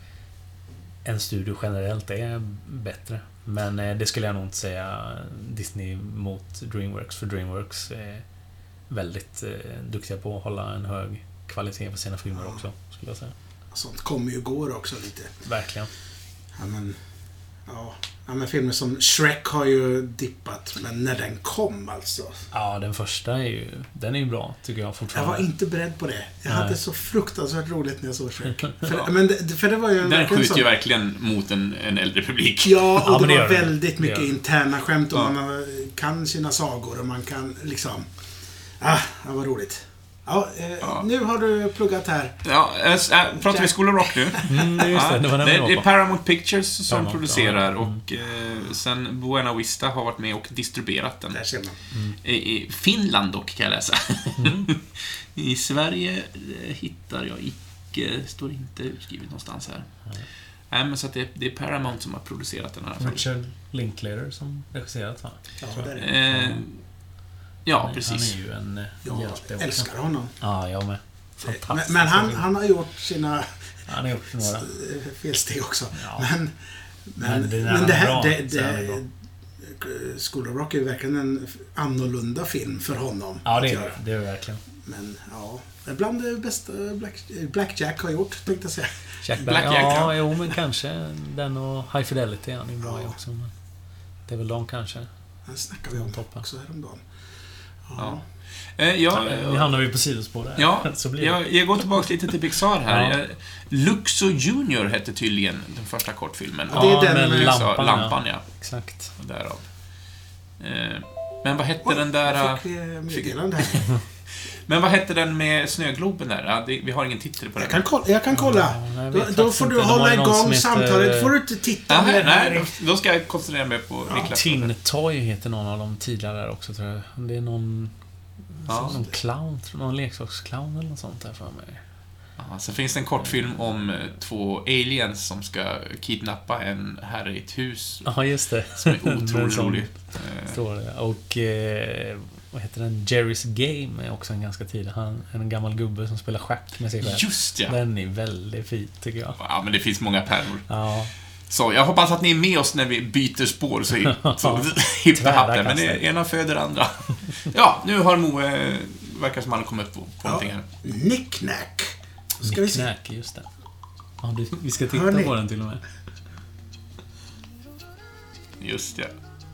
en studio generellt är bättre. Men eh, det skulle jag nog inte säga Disney mot Dreamworks. För Dreamworks är väldigt eh, duktiga på att hålla en hög kvalitet på sina filmer ja. också, skulle jag säga. Sånt kommer ju går också lite. Verkligen. Ja, men... Ja, ja men filmer som Shrek har ju dippat, men när den kom alltså. Ja, den första är ju, den är ju bra, tycker jag fortfarande. Jag var inte beredd på det. Jag Nej. hade så fruktansvärt roligt när jag såg Shrek. För, ja. men det, för det var ju den skjuter ju verkligen mot en, en äldre publik. Ja, och ja, det, det var det. väldigt det mycket det. interna skämt och ja. man kan sina sagor och man kan liksom... Ah, det var roligt. Ja, eh, ja, nu har du pluggat här. Ja, äh, pratar vi School of Rock nu? Mm, just det, det, var det, det är Paramount Pictures som Paramount, producerar ja. och eh, sen Buena Vista har varit med och distribuerat den. Där ser man. Mm. I, I Finland dock, kan jag läsa. Mm. I Sverige eh, hittar jag icke, står inte utskrivet någonstans här. Nej, Nej men så att det, det är Paramount som har producerat den här. Richard Linklater som regisserat, va? Ja, det är det. Eh, Ja, han, precis. Han är ju en jag hjälte också. Älskar honom. Ja, jag med. Fantastiskt. Men, men han, han har gjort sina han har gjort några felsteg också. Ja. Men, men, men det, men det här bra, det, det, School of Rock är verkligen en annorlunda film för honom. Ja, det att är göra. det. Det är det verkligen. Men ja, bland det bästa Black, Black Jack har gjort, tänkte jag säga. Jack Black Black, Jack, ja, ja. jo, men kanske den och High Fidelity, han är bra Ja. också. Men det är väl de kanske. Den snackar vi om Toppen. också häromdagen. Ja. Ja. Eh, jag, Nu hamnar vi på sidospår där. Ja, Så blir det. jag, jag går tillbaka lite till Pixar här. Ja. Jag, Luxo Junior hette tydligen den första kortfilmen. Ja, det är Ja, den med med- Lampan, lampan, lampan ja. ja. Exakt. Och därav. Eh, men vad hette Oj, den där... jag fick vi meddelande här. Men vad hette den med snögloben där? Ja, det, vi har ingen titel på den. Jag kan kolla. Jag kan kolla. Ja, jag då, vet då faktiskt får du inte. De har hålla ju någon som igång heter- samtalet. får du inte titta Ja, med nej, här. då, då ska jag koncentrera mig på Niklas. Tin Toy heter någon av de tidigare där också, tror jag. Det är någon... Ja. Någon clown, tror jag. Någon leksaksclown eller något sånt där för mig. Ja, så finns det en kortfilm om eh, två aliens som ska kidnappa en herre i ett hus. Ja, just det. Som är Men otroligt som rolig. Eh, står det. Och... Eh, vad heter den? Jerry's Game är också en ganska tidig. Han en gammal gubbe som spelar schack med sig själv. Just ja. Den är väldigt fin, tycker jag. Ja, men det finns många pärlor. Ja, Så jag hoppas att ni är med oss när vi byter spår så, så hipp Tvära happen. Men kastar. det- ena föder andra. Ja, nu har Moe, verkar som han har kommit upp på, på Ja. någonting här. Knick-knack. Ska vi se. Knack, just det. Ja, du, vi ska titta Hör ni? på den till och med. Just ja.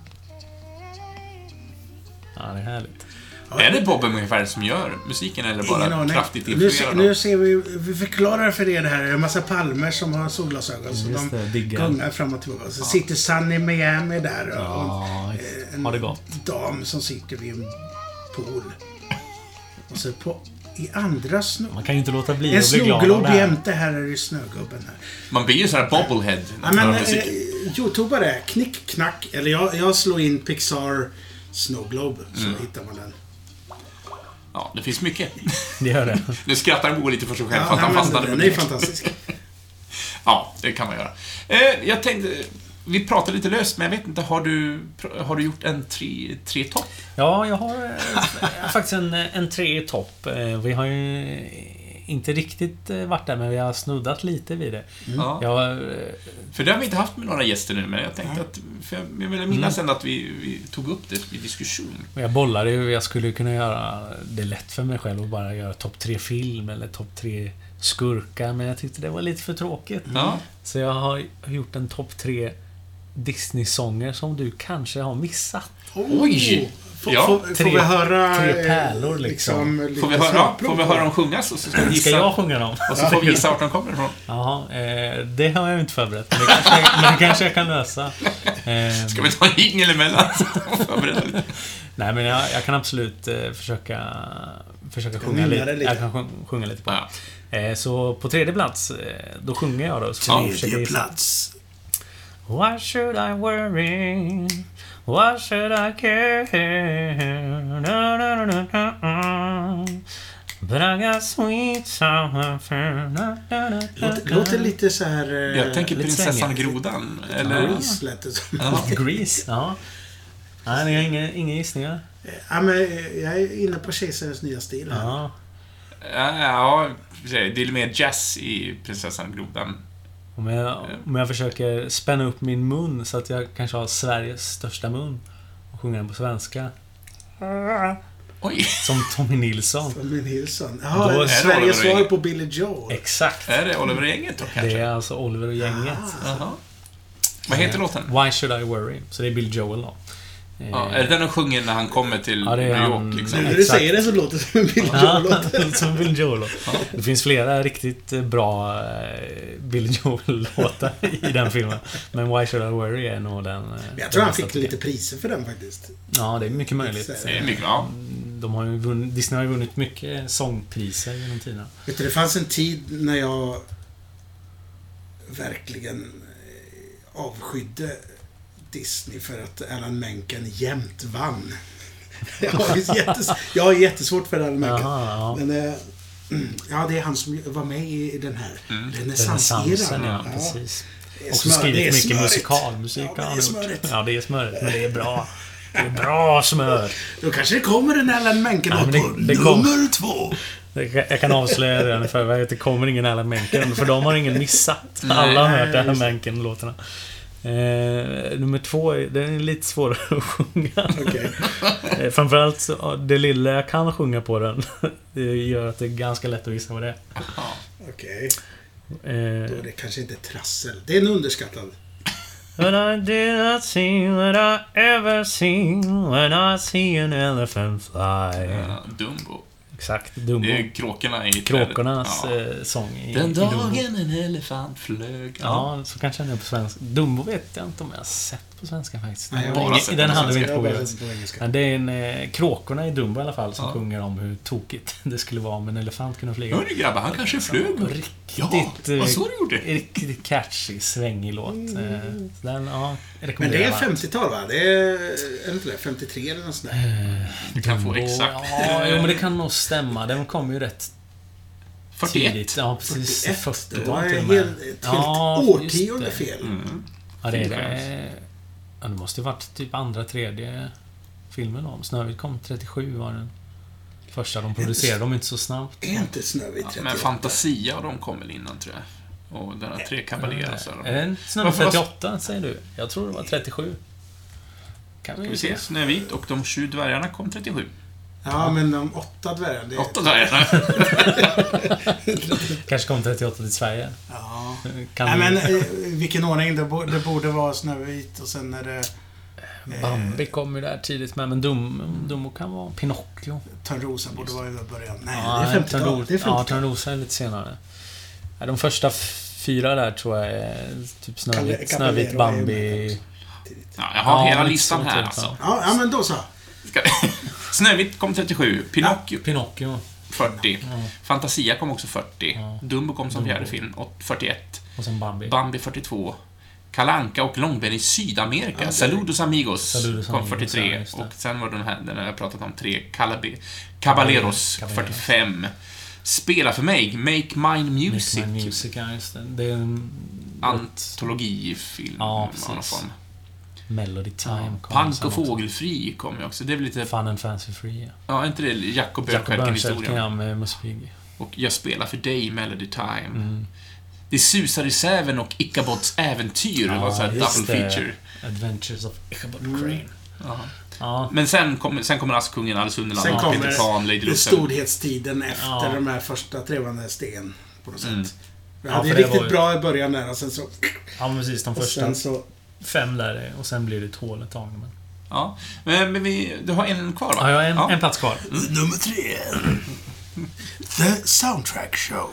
Ja, det är härligt. Ja. Är det Bobben ungefär som gör musiken eller Ingen bara aning. kraftigt Nu, se, influerad? nu ser vi, vi förklarar för er det här. Det är en massa palmer som har solglasögon. Så Just de det, diggar. gungar fram och tillbaka. Så sitter Sunny Miami där. Och, Ja, eh, en ha det gott. dam som sitter vid en pool. Och så på, i andra snö... Man kan ju inte låta bli En att bli glad av det snoglob här. jämte. Här är det snögubben här. Man blir ju sån här bobblehead när Ja, man men, hör eh, musik. Youtube det. Knick, knack. Eller jag, jag slår in Pixar Snowglobe. Så Mm. hittar man den. Ja, det finns mycket. Det gör det. Nu skrattar Moe lite för sig själv för Ja, att han men fastnade den på är det. fantastisk. Ja, det kan man göra. Eh, jag tänkte, vi pratade lite löst, men jag vet inte, har du, har du gjort en tre, tre topp? Ja, jag har eh, faktiskt en, en tre i topp. Eh, Vi har ju inte riktigt eh, varit där, men vi har snuddat lite vid det. Ja. Jag, eh, För det har vi inte haft med några gäster nu, men jag tänkte att, för jag jag vill minnas ändå att vi, vi tog upp det i diskussion. jag bollade ju, jag skulle kunna göra det lätt för mig själv och bara göra topp tre film eller topp tre skurkar, men jag tyckte det var lite för tråkigt. Ja. Så jag har gjort en topp tre Disney-sånger som du kanske har missat. Oj! Får, Ja, får, får tre- vi höra... tre eh, pärlor, liksom. lite Får vi höra, smakprov får vi på? höra dem sjungas och så ska vi Ska gissa, jag sjunga dem? och så får vi gissa vart de kommer ifrån. Jaha, eh, det har jag inte förberett. Men det kanske jag, men det kanske jag kan lösa. Eh, Ska vi ta en jingel emellan? Förbereda lite. nej, men jag, jag kan absolut eh, försöka, försöka sjunga nynna lite. det lite. Jag kan sjung- sjunga lite på. Ja. Eh, så på tredje plats, eh, då sjunger jag då. Så får ni försöka Tredje gissa. plats. Why should I worry? Why should I care? No, no, no, no, no. But I got sweet sour fur. No, no, no, Låter, låter lite så här... eh, Jag tänker lite prinsessan svängigt. Grodan. Eller? Grease lät det som. Ja. Grease, ja. Nej, ni har inga, inga gissningar? Ja, men eh, jag är inne på Kejsarens nya stil här. Ja. Ja, det är mer jazz i prinsessan Grodan. Om jag, om jag försöker spänna upp min mun så att jag kanske har Sveriges största mun och sjunger den på svenska. Oj, Som Tommy Nilsson. Tommy Nilsson. Då Ja, är det Sveriges Oliver svar Engel. på Billy Joel. Exakt. är det Oliver Gänget då kanske? Det är alltså Oliver och gänget. Jaha. Vad heter låten? Why should I worry? Så det är Bill Joel då. Ja, är det den han sjunger när han kommer till Ja, det är New York? han- Liksom? Nu när du Exakt. säger det så låter det som en Billy Joel-låt. Ja, som Bill Joel. Det finns flera riktigt bra eh, Bill Joel-låtar i den filmen. Men Why should I worry är nog den... eh, Jag tror den han bästa fick tycker lite priser för den faktiskt. jag. Ja, det är mycket möjligt. Det är mycket, ja. De har ju vunnit, Disney har ju vunnit mycket sångpriser genom tiderna. Vet du, det fanns en tid när jag verkligen eh, avskydde Disney för att Alan Menken jämt vann. Jag har, ju jättes, jag har jättesvårt för Alan Menken. Jaha, ja. Men, eh, mm, ja, det är han som var med i den här Mm. Renässansen, renässanseran. ja, Ja. precis. Det är Och smör- det är skrivit mycket smörigt. musikalmusik Ja, har det han är gjort. smörigt. Ja, det är smörigt, men det är bra. Det är bra smör. Då kanske det kommer en Alan Menken Ja, men det- på det kom- nummer två. Det kan- Jag kan avslöja redan i förväg att det kommer ingen Alan Menken, för de har ingen missat. Alla har hört Alan Menken-låtarna. Eh, nummer två, den är lite svårare att sjunga. Okej. Eh, framförallt så, det lilla jag kan sjunga på den, det gör att det är ganska lätt att visa vad det är. Okej. Eh, Då är det kanske inte trassel. Det är en underskattad. But I did not see what I ever seen when I see an elephant fly. Ja, Dumbo. Exakt, Dumbo. Det är kråkorna i Kråkornas ja. eh, sång i, Den i Dumbo. dagen en elefant flög. Ja, så kanske den är på svenska. Dumbo vet jag inte om jag har sett på svenska faktiskt. Nej, jag Den har var bara ingen- sett den på hade vi svenska. inte på Jag har bara G S. sett på engelska. Men det är en eh, kråkorna i Dumbo i alla fall som Ja. sjunger om hur tokigt det skulle vara om en elefant kunde flyga. Hörni grabbar, han kanske flög. Riktigt, Ja, vad så du gjorde? riktigt catchy, svängig låt. Eh, Den, ja, Men rekommenderar det är jag varmt. femtiotal va? Det är, är det inte det? femtiotre eller något sånt där. Du kan få Dumbo, exakt. Ja, jo, men det kan nog stämma. Den kom ju rätt fyrtioett. tidigt. Ja, precis. fyrtioett. Det fyrtiotal var till och ett med. helt, ett helt Ja, årtionde just det. fel. Mm. Ja, det är det. Ja, det måste ju varit typ andra, tredje filmen då. Snövit kom trettiosju var den första. De producerade dem inte så snabbt. Är inte Snövit Ja, trettioåtta? men Fantasia, de kom väl innan tror jag. Och den här Tre Caballeros. Är det en Snövit Varför var- trettioåtta, säger du? Jag tror det var trettiosju. Kan Ska vi se, Snövit och de sju dvärgarna kom trettiosju. Ja, men de åtta dvärgarna. det- Åtta dvärgarna. Kanske kom trettioåtta till Sverige. Ja. Kan Nej, vi- men eh, vilken ordning? Det, bo, det borde vara Snövit och sen är det eh, Bambi kom ju där tidigt med, men Dum, Dumbo kan vara Pinocchio. Törnrosa borde vara i början. Nej, Ja, det är femtiotal. Törnro- Det är Ja, femtiotal. Törnrosa är lite senare. Ja, de första f- fyra där tror jag är typ Kalle- Snövit, Caballero Snövit är ju Bambi... med också. Ja, jag har Ja, hela men listan så här typ, alltså. Ja, ja, men då så. Ska... Snövit kom trettiosju. Pinocchio Pinocchio. fyrtio. Ja. Fantasia kom också fyrtio. Ja. Dumbo kom som Dumbo. fjärde film, och fyrtioett. Och sen Bambi. Bambi fyrtiotvå. Kalle Anka och Långben i Sydamerika. Ja, det- Saludos Amigos Saludos kom Amigos, ja, fyrtiotre. just det. Och sen var den här, den har jag pratat om, tre Calabi- Caballeros Caballeros. fyrtiofem. Spela för mig, Make Mine Music. Make My Music, ja, just det. Det är en Antologifilm Ja, av precis. någon form. Melody Time. kom Punk sen och också. Fågelfri kom ju också. Det är väl lite... Fun and Fancy Free. Ja. Ja, är inte det Jakob Jacob Bönskälken-historien? Bernstein, ja, med Musse Pigg. Och Jag spelar för dig, Melody Time. Mm. Det susar i säven och Ickabods äventyr. Det var så här just double det. feature. Adventures of Ichabod Crane. Ja. Ja. Men sen, kom, sen kommer Askungen, Alice i Sen Underlandet, kommer Peter Pan, Lady det Lussen. storhetstiden efter Ja. de här första trevande stegen på något sätt. Mm. Vi Ja, hade för ju det riktigt var ju- bra i början där och sen så... Ja, men precis. De Och första sen så... fem där är- och sen blir det ett hål ett tag. Men... Ja. Men, men vi, du har en kvar va? Ja, jag har en, Ja. en plats kvar. Nummer tre. The Soundtrack Show.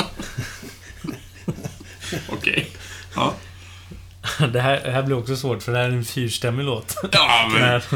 Okej. Ja. Det här, det här blir också svårt för det här är en fyrstämmig låt. Ja, men... Men-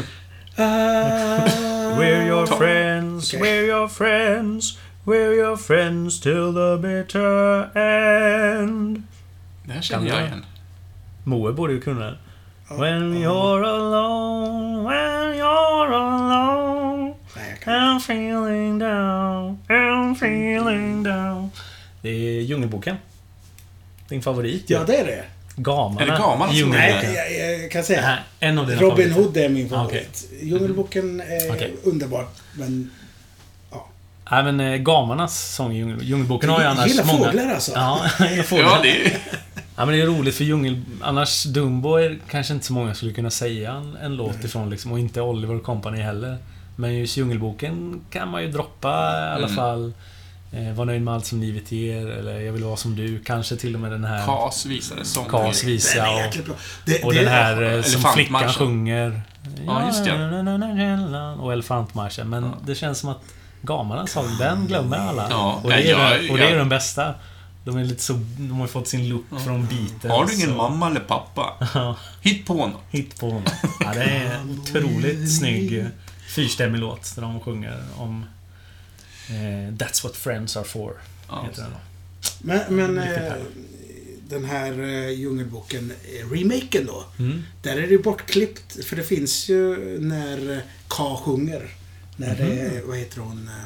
We're your Ta- friends, Okej. we're your friends, we're your friends till the bitter end. Det här känner Kan jag du? igen. Moe borde ju kunna den. When you're alone, when you're alone, Nej, jag kan... I'm feeling down, I'm feeling down. Det är Djungelboken. Din favorit ju. Ja, det är det. Gamarna. Är det Gamarna i som är Nej, Djungelboken. jag, jag kan säga. Nej, en av dina Robin favoriter. Hood är min Ah, favorit. Djungelboken är Okej. underbart, men... Nej, men eh, Gamarnas sång i Djungel, Djungelboken har ju annars Gillar många... fåglar alltså. Ja, jag gillar fåglar. Ja, det är... Ja, men det är roligt för Djungel... Annars Dumbo är kanske inte så många skulle kunna säga en, en låt ifrån liksom, och inte Oliver och Company heller. Men just Djungelboken kan man ju droppa i alla Mm. fall. Eh, var nöjd med allt som livet ger, eller Jag vill vara som du. Kanske till och med den här... Kas visade sång. Kas Den visa är och, jäkligt bra. Det, och det, den här eh, som Elefantmarschen. flickan sjunger. Ja, just det. Och Elefantmarschen. Men Ja. det känns som att Gamarnas sång, den glömmer alla. Ja, och det är, ja, den, och det är ja. den bästa. De är lite så... De har ju fått sin look från Beatles. Har du ingen och- mamma eller pappa? Ja, Hitt på honom. hit på honom. Ja, det är en otroligt snygg eh, fyrstämmig låt där de sjunger om eh, That's what friends are for. Ja. Heter den då. Men, men Riktigt eh, härligt. den här eh, Djungelboken, eh, remaken då. Mm. Där är det bortklippt, för det finns ju när eh, Ka sjunger. När det Mhm. är, vad heter hon? eh,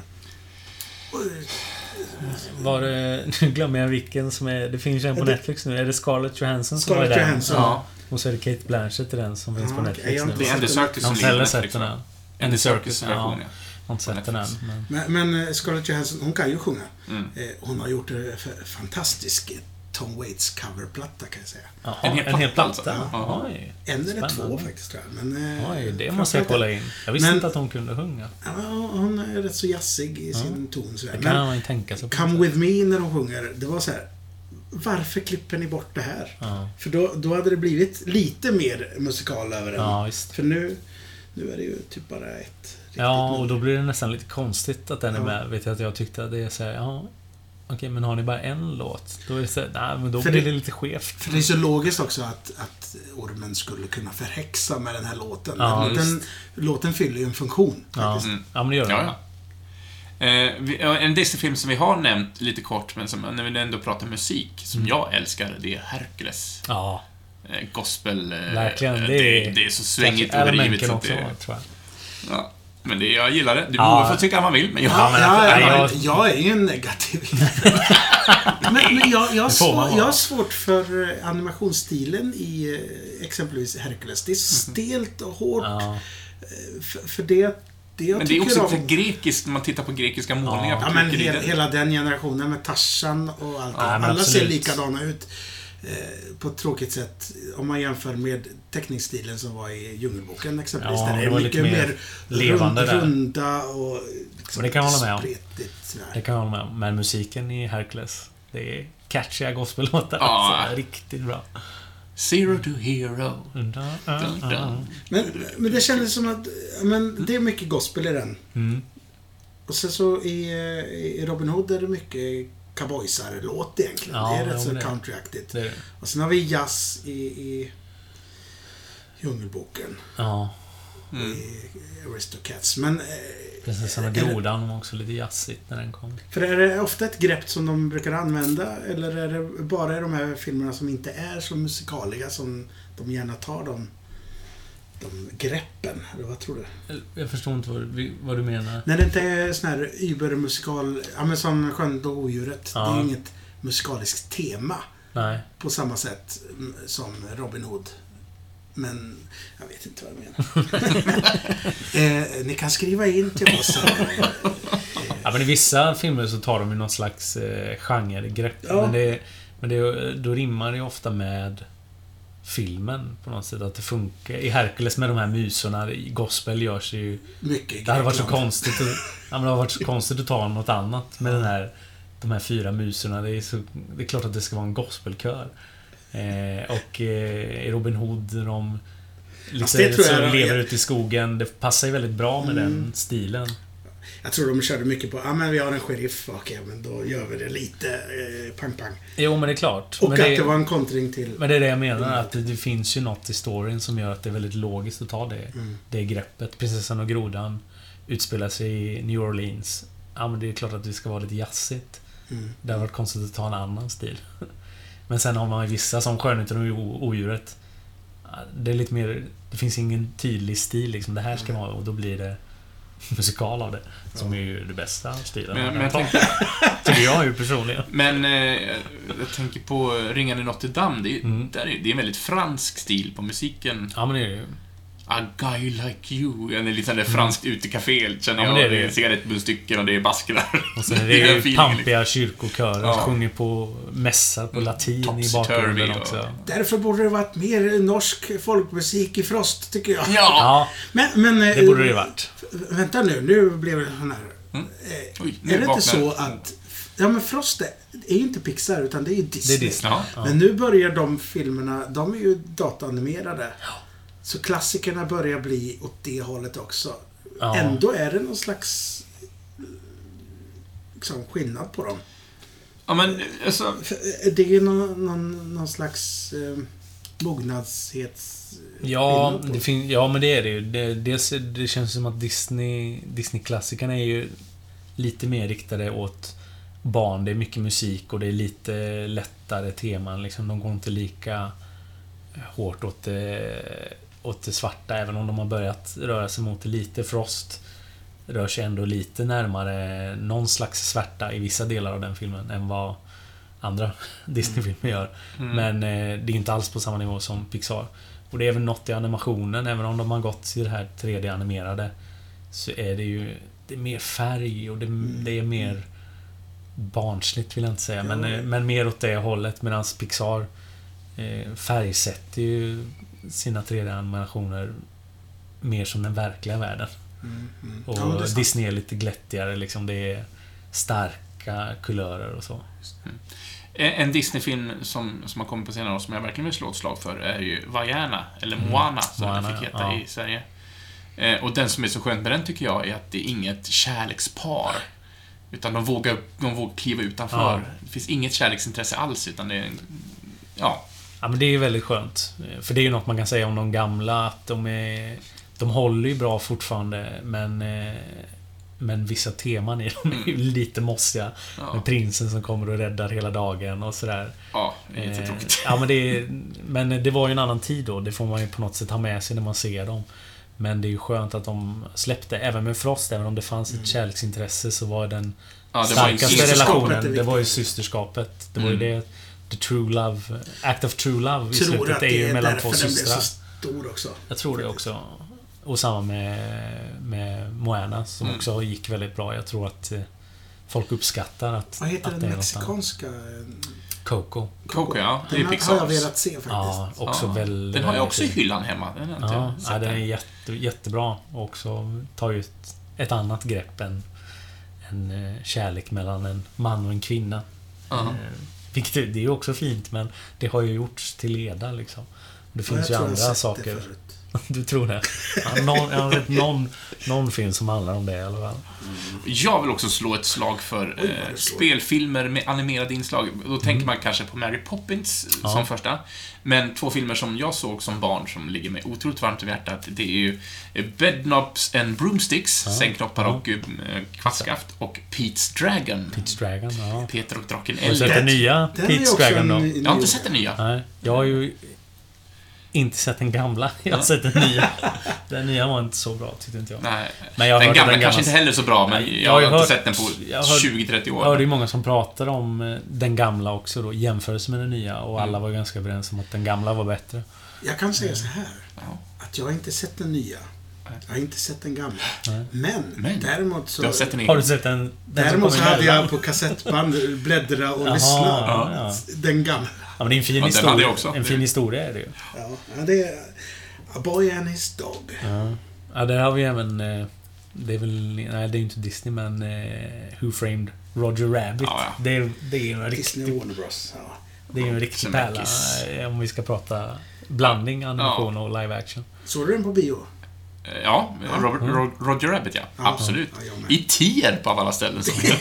Var det... Nu glömmer jag vilken som är... Det finns ju en på Ja, det- Netflix nu. Är det Scarlett Johansson som Scarlett är den? Johansson. Ja. Och så är det Kate Blanchett i den som finns Ja, på okej. Netflix Jag har nu. inte Det är Andy Serkis Jag har som inte heller ligger sett Netflix, den va? än. Andy Serkis Ja. version, ja. Jag har inte sett den än. Netflix. Men... Men, men eh, Scarlett Johansson, hon kan ju sjunga. Mm. Eh, Hon har gjort det f- fantastiskt Tom Waits coverplatta kan jag säga. Jaha, En hel en hel platta, platta. alltså. Ja. Oj. En eller Spännande. två faktiskt tror jag. Men, eh, Oj, det måste jag kolla in. Jag visste Men- inte att hon kunde sjunga. Ja, hon är rätt så jazzig i sin ton. Sådär. Det kan Men man ju tänka sig. på Come något With Me när de sjunger, det var så här. Varför klipper ni bort det här? Ja. För då, då hade det blivit lite mer musikal över den. Ja, visst. För nu, nu är det ju typ bara ett riktigt Ja, och nummer. då blir det nästan lite konstigt att den är Ja. med. Vet jag att jag tyckte att det är så här, ja, okej, men har ni bara en låt? Då är det så här, nej, men då För blir det- det lite skevt. För det är så logiskt också att, att ormen skulle kunna förhäxa med den här låten. Ja, Men den, låten fyller ju en funktion. Ja, Faktiskt. Mm. ja men det gör det. Ja, ja. Eh, vi, ja, en Disney-film som vi har nämnt lite kort, men som, när vi ändå pratar musik, som Mm. jag älskar, det är Hercules. Ja, Eh, gospel. Eh, verkligen. Det, Det är, är, det är så svängigt och Kanske rivet. Elemenken Så att också, det, tror jag. ja, men det, jag gillar det. Du Ja. får tycka vad man vill, men jag... Ja, men ja, att- ja, nej, jag, är ju en negativ. men men jag, jag, har Det får man svår, vara. jag har svårt för eh, animationsstilen i eh, exempelvis Hercules. Det är så stelt och hårt. Ja. Eh, För, för det, det jag Men det är tycker också om... lite grekiskt när man tittar på grekiska målningar. Ja. på Ja, men tryckerier. he, hela den generationen med Tarzan och allt. Ja, men Alla ser absolut. likadana ut. Eh, på ett tråkigt sätt. Om man jämför med teckningsstilen som var i Djungelboken exempelvis. Ja, där det är var mycket lite mer mer levande rund, där. runda och liksom Men det kan jag hålla med om. spretigt. Sådär. Det kan jag hålla med om. Men musiken i Hercules, det är catchiga gospel-låtar. Ja. Alltså, riktigt bra. Zero to hero. Dun, dun, dun, dun. Men, men det kändes som att ja, men det är mycket gospel i den. Mm. Och sen så i, eh, i Robin Hood är det mycket cowboysar-låt egentligen. Ja, det är rätt jo, så det- countryaktigt. Det är det. Och sen har vi jazz i, i Djungelboken. Ja. Mm. I Aristocats. Men eh, Prinsessan och är det- grodan var också lite jazzigt när den kom. för är det ofta ett grepp som de brukar använda? Eller är det bara i de här filmerna som inte är så musikaliga som de gärna tar de, de greppen? Eller vad tror du? Jag förstår inte vad du, vad du menar. När det inte är sån här übermusikal, ja men som Sjön och odjuret. Ja. Det är ju inget musikaliskt tema Nej. på samma sätt mm, som Robin Hood. Men jag vet inte vad jag menar. eh, ni kan skriva in till oss. här. Ja, men i vissa filmer så tar de ju något slags eh, genregrepp. Ja. Men, det, men det, då rimmar det ju ofta med filmen på något sätt. Att det funkar. I Hercules med de här mysorna, i gospel görs ju... Mycket Det hade varit så Grekland. konstigt att, ja, men det hade varit så konstigt att ta något annat med den här, de här fyra musorna. Det är, så, det är klart att det ska vara en gospelkör. Eh, och eh, i Robin Hood, de Fast lite det tror så jag- lever ute i skogen. Det passar ju väldigt bra med Mm. den stilen. Jag tror de körde mycket på, ja men vi har en sheriff, okej men då gör vi det lite eh, pang pang. Jo, men det är klart. Och men att det, det var en kontring till... men det är det jag menar, att det, det finns ju något i storyn som gör att det är väldigt logiskt att ta det, Mm. det greppet. Prinsessan och grodan utspelar sig i New Orleans. Ja, men det är klart att det ska vara lite jazzigt. Mm. Det har varit konstigt att ta en annan stil. Men sen har man ju vissa som Skönheten och odjuret. Det är lite mer... Det finns ingen tydlig stil liksom. Det här ska vara... Och då blir det musikal av det. Som är ju det bästa stilen. Men, man men, kan jag ta. tänker, Tycker jag ju personligen. men eh, jag tänker på Ringen i Notre Dame. Det är, Mm. där är, det är en väldigt fransk stil på musiken. Ja, men det är det ju. A guy like you. En lite sån där franskt utekafé, känner Ja, jag. men det är Det det. är cigarettmunstycken och det är baskrar. Och sen är det Den ju feelingen, pampiga kyrkokörer Ja. som sjunger på mässar på latin i Topsy-turvy bakgrunden och- också. Därför borde det varit mer norsk folkmusik i Frost, tycker jag. Ja! Ja, Men, men... eh, det borde det ju varit. Vänta nu, nu blev det sån här... Mm. Eh, Oj, nu är det vaknar- inte så att... Ja, men Frost är, är ju inte Pixar, utan det är ju Disney. Det är Disney. Ja. Ja. Men nu börjar de filmerna, de är ju dataanimerade. Så klassikerna börjar bli åt det hållet också. Ja. Ändå är det någon slags liksom, skillnad på dem. Ja, men alltså... För, eh, det är någon, någon, någon slags eh, mognadshets... Ja, skillnad på det fin- ja, men det är det ju. Det, dels, det känns som att Disney, Disney-klassikerna är ju lite mer riktade åt barn. Det är mycket musik och det är lite lättare teman. Liksom. De går inte lika hårt åt det, åt det svarta, även om de har börjat röra sig mot det lite. Frost rör sig ändå lite närmare någon slags svärta i vissa delar av den filmen än vad andra Disney-filmer gör. Mm. Men eh, det är inte alls på samma nivå som Pixar. Och det är väl något i animationen, även om de har gått till det här tre D-animerade, så är det ju det är mer färg och det, det är mer barnsligt vill jag inte säga, men, eh, men mer åt det hållet, medan Pixar eh, färgsätter ju sina tre D-animationer mer som den verkliga världen. Mm, mm. Och Ja, det är sant. Disney är lite glättigare, liksom. Det är starka kulörer och så. Mm. En Disney-film som, som har kommit på senare år som jag verkligen vill slå ett slag för är ju Vaiana, eller Moana som Moana, den fick heta ja. i Sverige. Eh, och den som är så skönt med den tycker jag är att det är inget kärlekspar. Utan de vågar, de vågar kliva utanför. Ja. Det finns inget kärleksintresse alls, utan det är... Ja. Ja, men det är ju väldigt skönt. För det är ju något man kan säga om de gamla, att de är... De håller ju bra fortfarande, men... Eh, men vissa teman i dem är ju lite mossiga. Ja. Med prinsen som kommer och räddar hela dagen och sådär. Ja, det är jättetråkigt. Eh, ja, men det är, men det var ju en annan tid då. Det får man ju på något sätt ha med sig när man ser dem. Men det är ju skönt att de släppte. Även med Frost, även om det fanns ett mm. kärleksintresse, så var den ja, det var ju starkaste relationen. det, det var ju systerskapet. Det var Mm. ju det... The true love... Act of true love i Tror slutet att är det ju är mellan därför två den blev systrar. så stor också. Jag tror det också. Och samma med, med Moana som Mm. också gick väldigt bra. Jag tror att eh, folk uppskattar att... Vad heter att den är någonstans. mexikanska? Coco. Coco, ja. Det är Den har Pixars. jag velat se faktiskt. Ja, också Ja. väldigt... Den har jag också i väldigt fin. hyllan hemma. Den har inte Ja, jag sett ja, den är än. jätte, jättebra. Och också tar ju ett, ett annat grepp än en eh, kärlek mellan en man och en kvinna. Ja. Eh, vilket det är ju också fint, men det har ju gjorts till leda liksom. Det Ja, finns jag ju tror jag andra sett det saker. förut. Du tror det? Ja, någon, jag har sett någon, någon film som handlar om det i alla fall. Jag vill också slå ett slag för Oj, vad eh, det slår. spelfilmer med animerade inslag. Då tänker man kanske på Mary Poppins Ja. som första. Men två filmer som jag såg som barn som ligger mig otroligt varmt i hjärtat, det är ju eh, Bedknobs and Broomsticks, Ja. sängknoppar Ja. och eh, kvastskaft, och Pete's Dragon. Pete's Dragon, ja. Peter och draken Har du sett Elliot. den nya Den är ju Pete's också Dragon då? en- Jag har inte sett den nya. Nej, jag har ju inte sett den gamla. Jag har Ja. sett den nya. Den nya var inte så bra, tyckte inte jag. Nej, Men jag har den hört gamla den kanske gamla- inte heller så bra, men Nej, jag har ju inte hört- sett den på jag har hört- tjugo trettio Jag hörde år. ju många som pratade om eh, den gamla också då, i jämförelse med den nya, och alla Mm. var ganska överens om att den gamla var bättre. Jag kan säga så här. Ja. Att jag har inte sett den nya. Jag har inte sett den gamla. Nej. Men, Men, däremot så... Du har sett den i... Har du sett den? den som Däremot så kom hade emellan? jag på kassettband bläddra och Jaha, lyssna. ja, ja. Den gamla. Ja, men det är en fin Ja, den hade historia. jag också. En fin historia är det ju. Ja, ja, det är A Boy and His Dog. Ja, ja där har vi även... eh, Det är väl... Nej, det är ju inte Disney, men... eh, Who Framed Roger Rabbit. Ja, ja. Det, är, det är ju en Disney riktig... Warner Bros. Ja. Det är ju en riktig pärla. Zemeckis. eh, Om vi ska prata blandning, animation och live action. Såg du den på bio? Ja, Ja. Robert, Ro- Roger Rabbit, ja. Ja. Absolut. Ja, jag med. I Tierp av alla ställen.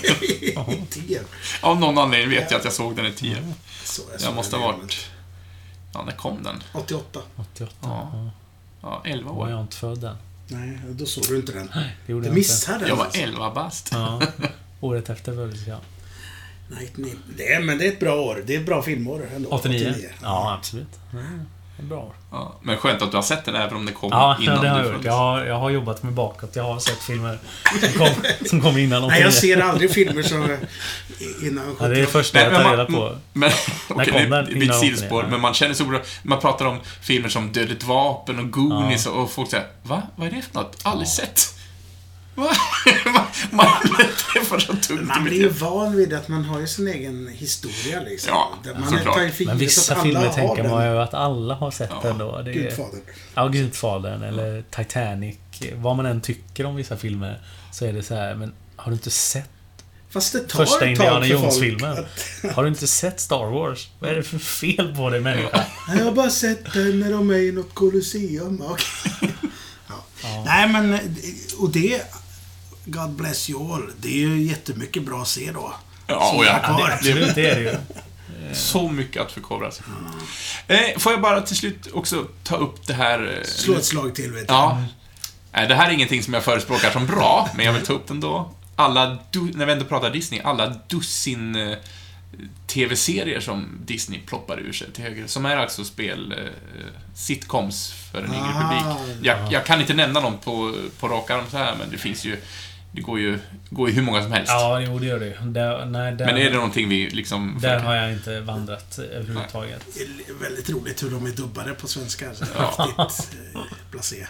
Tio. Av någon anledning vet jag att jag såg den i Tierp. Så Jag såg måste den ha i varit... Ja, när kom den? åttioåtta. åttioåtta. Ja. Ja. Ja, elva Då var år. jag inte född än. Nej, då såg du inte den. Nej, det gjorde Du jag inte. missade den. Jag var alltså. elva bast. Ja. Året efter föddes jag. Nightmare. Det är, men det är ett bra år. Det är ett bra filmår ändå. åttionio? Ja, absolut. Ja, det är bra år. Ja, men skönt att du har sett den även om det kom Ja, innan det har du jag gjort. föddes. Jag har, jag har jobbat mig bakåt. Jag har sett filmer som kom, som kom innan Nej, åttionio. jag ser aldrig filmer som innan Ja, det är det första Nej, jag men tar man- reda på. Men, När okej, kom det den? blir ett Innan sidospår, åttionio, men man känner så bra. Man pratar om filmer som Dödligt vapen och Goonies och folk säger, va? Vad är det för något? Aldrig sett. Va? man, man, det var så tungt. Man blir ju van vid att man har ju sin egen historia liksom. Ja, Där man såklart. tar ju för Men givet vissa att alla filmer har tänker den. man ju att alla har sett Ja, ändå. Det är, Gudfadern. ja, Gudfadern eller Titanic. Vad man än tycker om vissa filmer så är det så här, men har du inte sett Fast det tar första ett tag Indiana för Jones-filmen? folk Har du inte sett Star Wars? Vad är det för fel på dig, människa? Nej, jag har bara sett den när de är i något Colosseum. Okej. Ja. Ja. Nej, men... Och det... God bless you all. Det är ju jättemycket bra att se då. Ja, Som och är ja, kvar. Det, absolut, det är det ju. Så mycket att förkovra sig. Eh, får jag bara till slut också ta upp det här... eh, Slå ett slag till, vet du. Ja. Nej, det här är ingenting som jag förespråkar som bra, men jag vill ta upp den då. Alla, du, när vi ändå pratar Disney, alla dussin eh, tv-serier som Disney ploppar ur sig till höger, som är alltså spel eh, sitcoms för en yngre Ah, publik. Jag, jag kan inte nämna dem på, på rak arm så här, men det finns ju, det går ju, går ju hur många som helst. Ja, jo, det gör det ju. Där, nej, där, Men är det någonting vi liksom... där har jag inte vandrat överhuvudtaget. Det är väldigt roligt hur de är dubbade på svenska. Alltså, Ja. riktigt eh, blasé.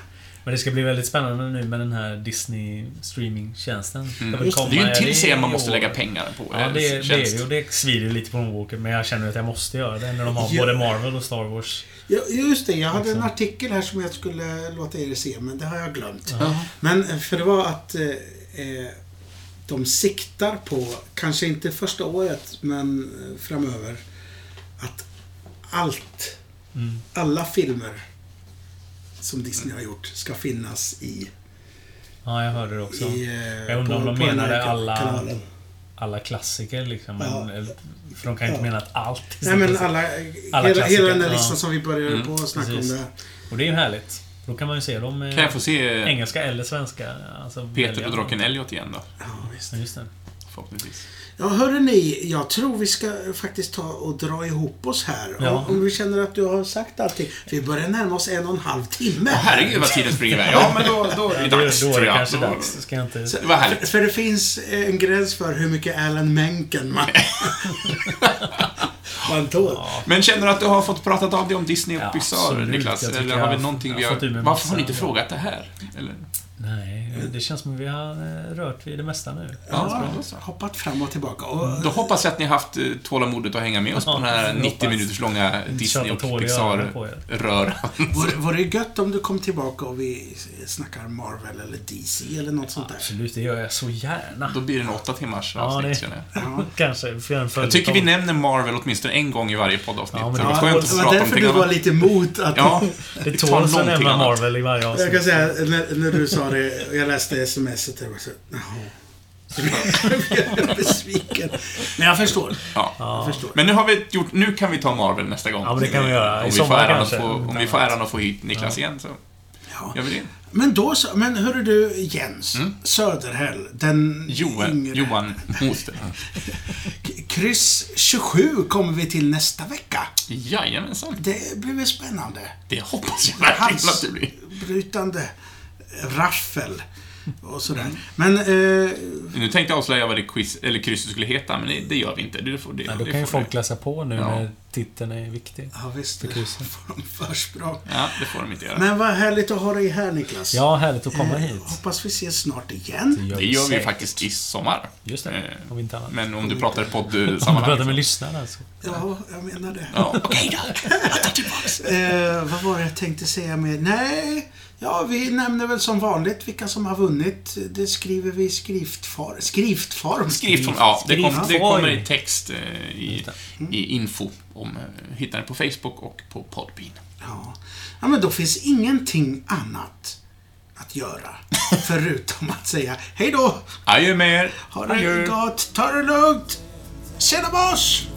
Men det ska bli väldigt spännande nu med den här Disney streaming-tjänsten. Mm. Det, Det är ju en till serie man måste år. lägga pengar på. Ja, det, det är tjänst. ju. Och det svider lite på plånboken. Men jag känner att jag måste göra det när de har Ja. både Marvel och Star Wars. Ja, just det, jag hade en Liksom. artikel här som jag skulle låta er se, men det har jag glömt. Ja. Men för det var att eh, eh, de siktar på, kanske inte första året, men eh, framöver, att allt, Mm. alla filmer som Disney har gjort ska finnas i, Ja, jag hörde det också. i eh, Jag undrar om de den här menade ka- alla- kanalen. Alla klassiker liksom. Ja. Men, för de kan ju inte Ja. mena att allt. Nej, men alla, Alla hela, klassiker, hela den där ja. listan som vi började Mm, på att snacka precis. om det. Och det är ju härligt. Då kan man ju se dem med Kan jag få se engelska eller svenska. Alltså, Peter välja. och Drocken Elliot igen då? Ja, visst. Ja, just det. Förhoppningsvis. Ja, hörde ni, jag tror vi ska faktiskt ta och dra ihop oss här. Ja. Om, om vi känner att du har sagt allting. Vi börjar närma oss en och en halv timme. Åh, herregud vad tiden springer iväg. Ja, men då, då är det Ja, dags, Alltså, då är tror det jag. kanske Då- dags. Ska jag inte... Så- Det var härligt. För, för det finns en gräns för hur mycket Alan Menken man, man tål. Men känner du att du har fått pratat av dig om Disney och Ja, Pixar, absolut. Niklas? Jag tycker Eller har vi jag någonting har vi fått ur har... mig Varför har ni massa, inte ja. frågat det här? Eller? Nej, det känns som att vi har eh, rört vid det mesta nu. Ja, hoppat fram och tillbaka. Och, Då hoppas jag att ni har haft eh, tålamodet att hänga med oss på Ja, den här jag nittio hoppas. minuters långa Disney Köpa och tål i öronen på er. Pixar-rör. vore, vore det gött om du kom tillbaka och vi snackar Marvel eller D C eller något sånt där? Absolut, det gör jag så gärna. Då blir det en åtta timmars Ja, avsnitt, det- känner jag. Ja. Kanske. För en Jag tycker vi nämner Marvel åtminstone en gång i varje poddavsnitt. Ja, men det det var Ja, skönt och att det var prata om därför någonting du var annat. lite emot att... Ja, Det ta tåls att någonting nämna annat. Marvel i varje avsnitt. Jag kan säga, när, när du sa det, och jag läste smset och jag var så, jaha. Jag är besviken. Men jag förstår. Ja. Jag förstår. Men nu har vi gjort, nu kan vi ta Marvel nästa gång. Ja, men det kan vi göra. I Om vi får sommar äran att kanske. få, om vi får äran att få hit Niklas igen så Ja. gör vi det. Men då så, men hörru du Jens, Mm. Söderhäll, den Johan, yngre. Johan Moster. K- Kryss tjugosju kommer vi till nästa vecka. Jajamensan. Det blir väl spännande. Det hoppas jag verkligen att det blir. Halsbrytande raffel och sådär. Men, eh, Nu tänkte jag avslöja vad det quiz, eller krysset skulle heta, men det, det gör vi inte. Det får, det, Ja, då det kan ju får folk det. läsa på nu Ja. när titeln är viktig. ja visst, För krysset. får de försprång. Ja, det får de inte göra. Men vad härligt att ha dig här Niklas. Ja, härligt att komma Eh, hit. Hoppas vi ses snart igen. Det gör vi säkert. faktiskt i sommar. Just det, Eh, om inte annat. Men om du pratar i Om du podd-sammanhang. pratar med lyssnarna alltså. Ja, jag menar det. Ja, okej då. Jag tar tillbaks. Eh, vad var det jag tänkte säga med? Nej, ja, vi nämner väl som vanligt vilka som har vunnit. Det skriver vi i skriftform. Skriftform. Skriftform, ja, det, kom, det Skrift. kommer Oj. i text eh, i, i info. Om, eh, hittar ni på Facebook och på Podbean. Ja. ja, men då finns ingenting annat att göra. Förutom att säga hej då. Adjö med er. Ha det gott. Ta det lugnt. Tjena boss!